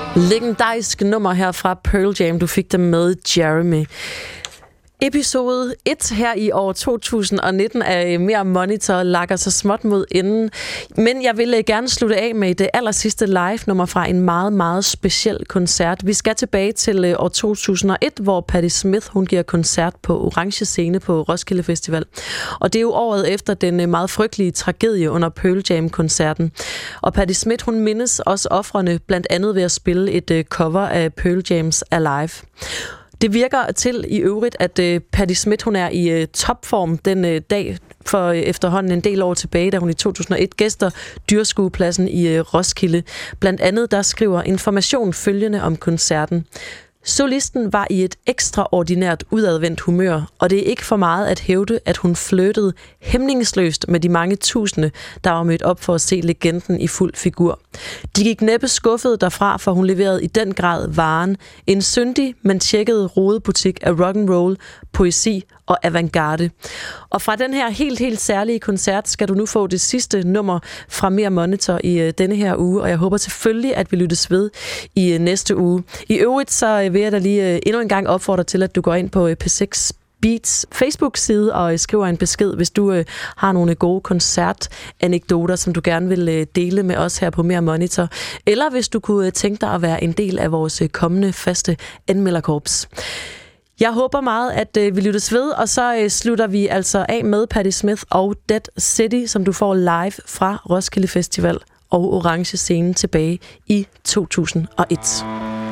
Legendarisk nummer her fra Pearl Jam. Du fik dem med Jeremy. Episode et her i år to tusind nitten af Mere Monitor lakker så småt mod enden. Men jeg vil gerne slutte af med det aller sidste live-nummer fra en meget, meget speciel koncert. Vi skal tilbage til år to tusind et, hvor Patti Smith hun giver koncert på Orange Scene på Roskilde Festival. Og det er jo året efter den meget frygtelige tragedie under Pearl Jam-koncerten. Og Patti Smith hun mindes også ofrene blandt andet ved at spille et cover af Pearl Jams Alive. Det virker til i øvrigt, at uh, Patti Smith hun er i uh, topform den uh, dag for uh, efterhånden en del år tilbage, da hun i to tusind et gæster Dyrskuepladsen i uh, Roskilde. Blandt andet der skriver Information følgende om koncerten. Solisten var i et ekstraordinært udadvendt humør, og det er ikke for meget at hævde, at hun flirtede hæmningsløst med de mange tusinde, der var mødt op for at se legenden i fuld figur. De gik næppe skuffet derfra, for hun leverede i den grad varen. En syndig, men tjekket rodebutik af rock'n'roll, poesi og avantgarde. Og fra den her helt, helt særlige koncert skal du nu få det sidste nummer fra Mere Monitor i uh, denne her uge, og jeg håber selvfølgelig, at vi lyttes ved i uh, næste uge. I øvrigt så uh, vil jeg da lige uh, endnu en gang opfordre til, at du går ind på uh, P seks Beats Facebook-side og uh, skriver en besked, hvis du uh, har nogle gode koncertanekdoter, som du gerne vil uh, dele med os her på Mere Monitor, eller hvis du kunne uh, tænke dig at være en del af vores uh, kommende faste anmelderkorps. Jeg håber meget, at øh, vi lyttes ved, og så øh, slutter vi altså af med Patti Smith og Dead City, som du får live fra Roskilde Festival og Orange Scene tilbage i to tusind et.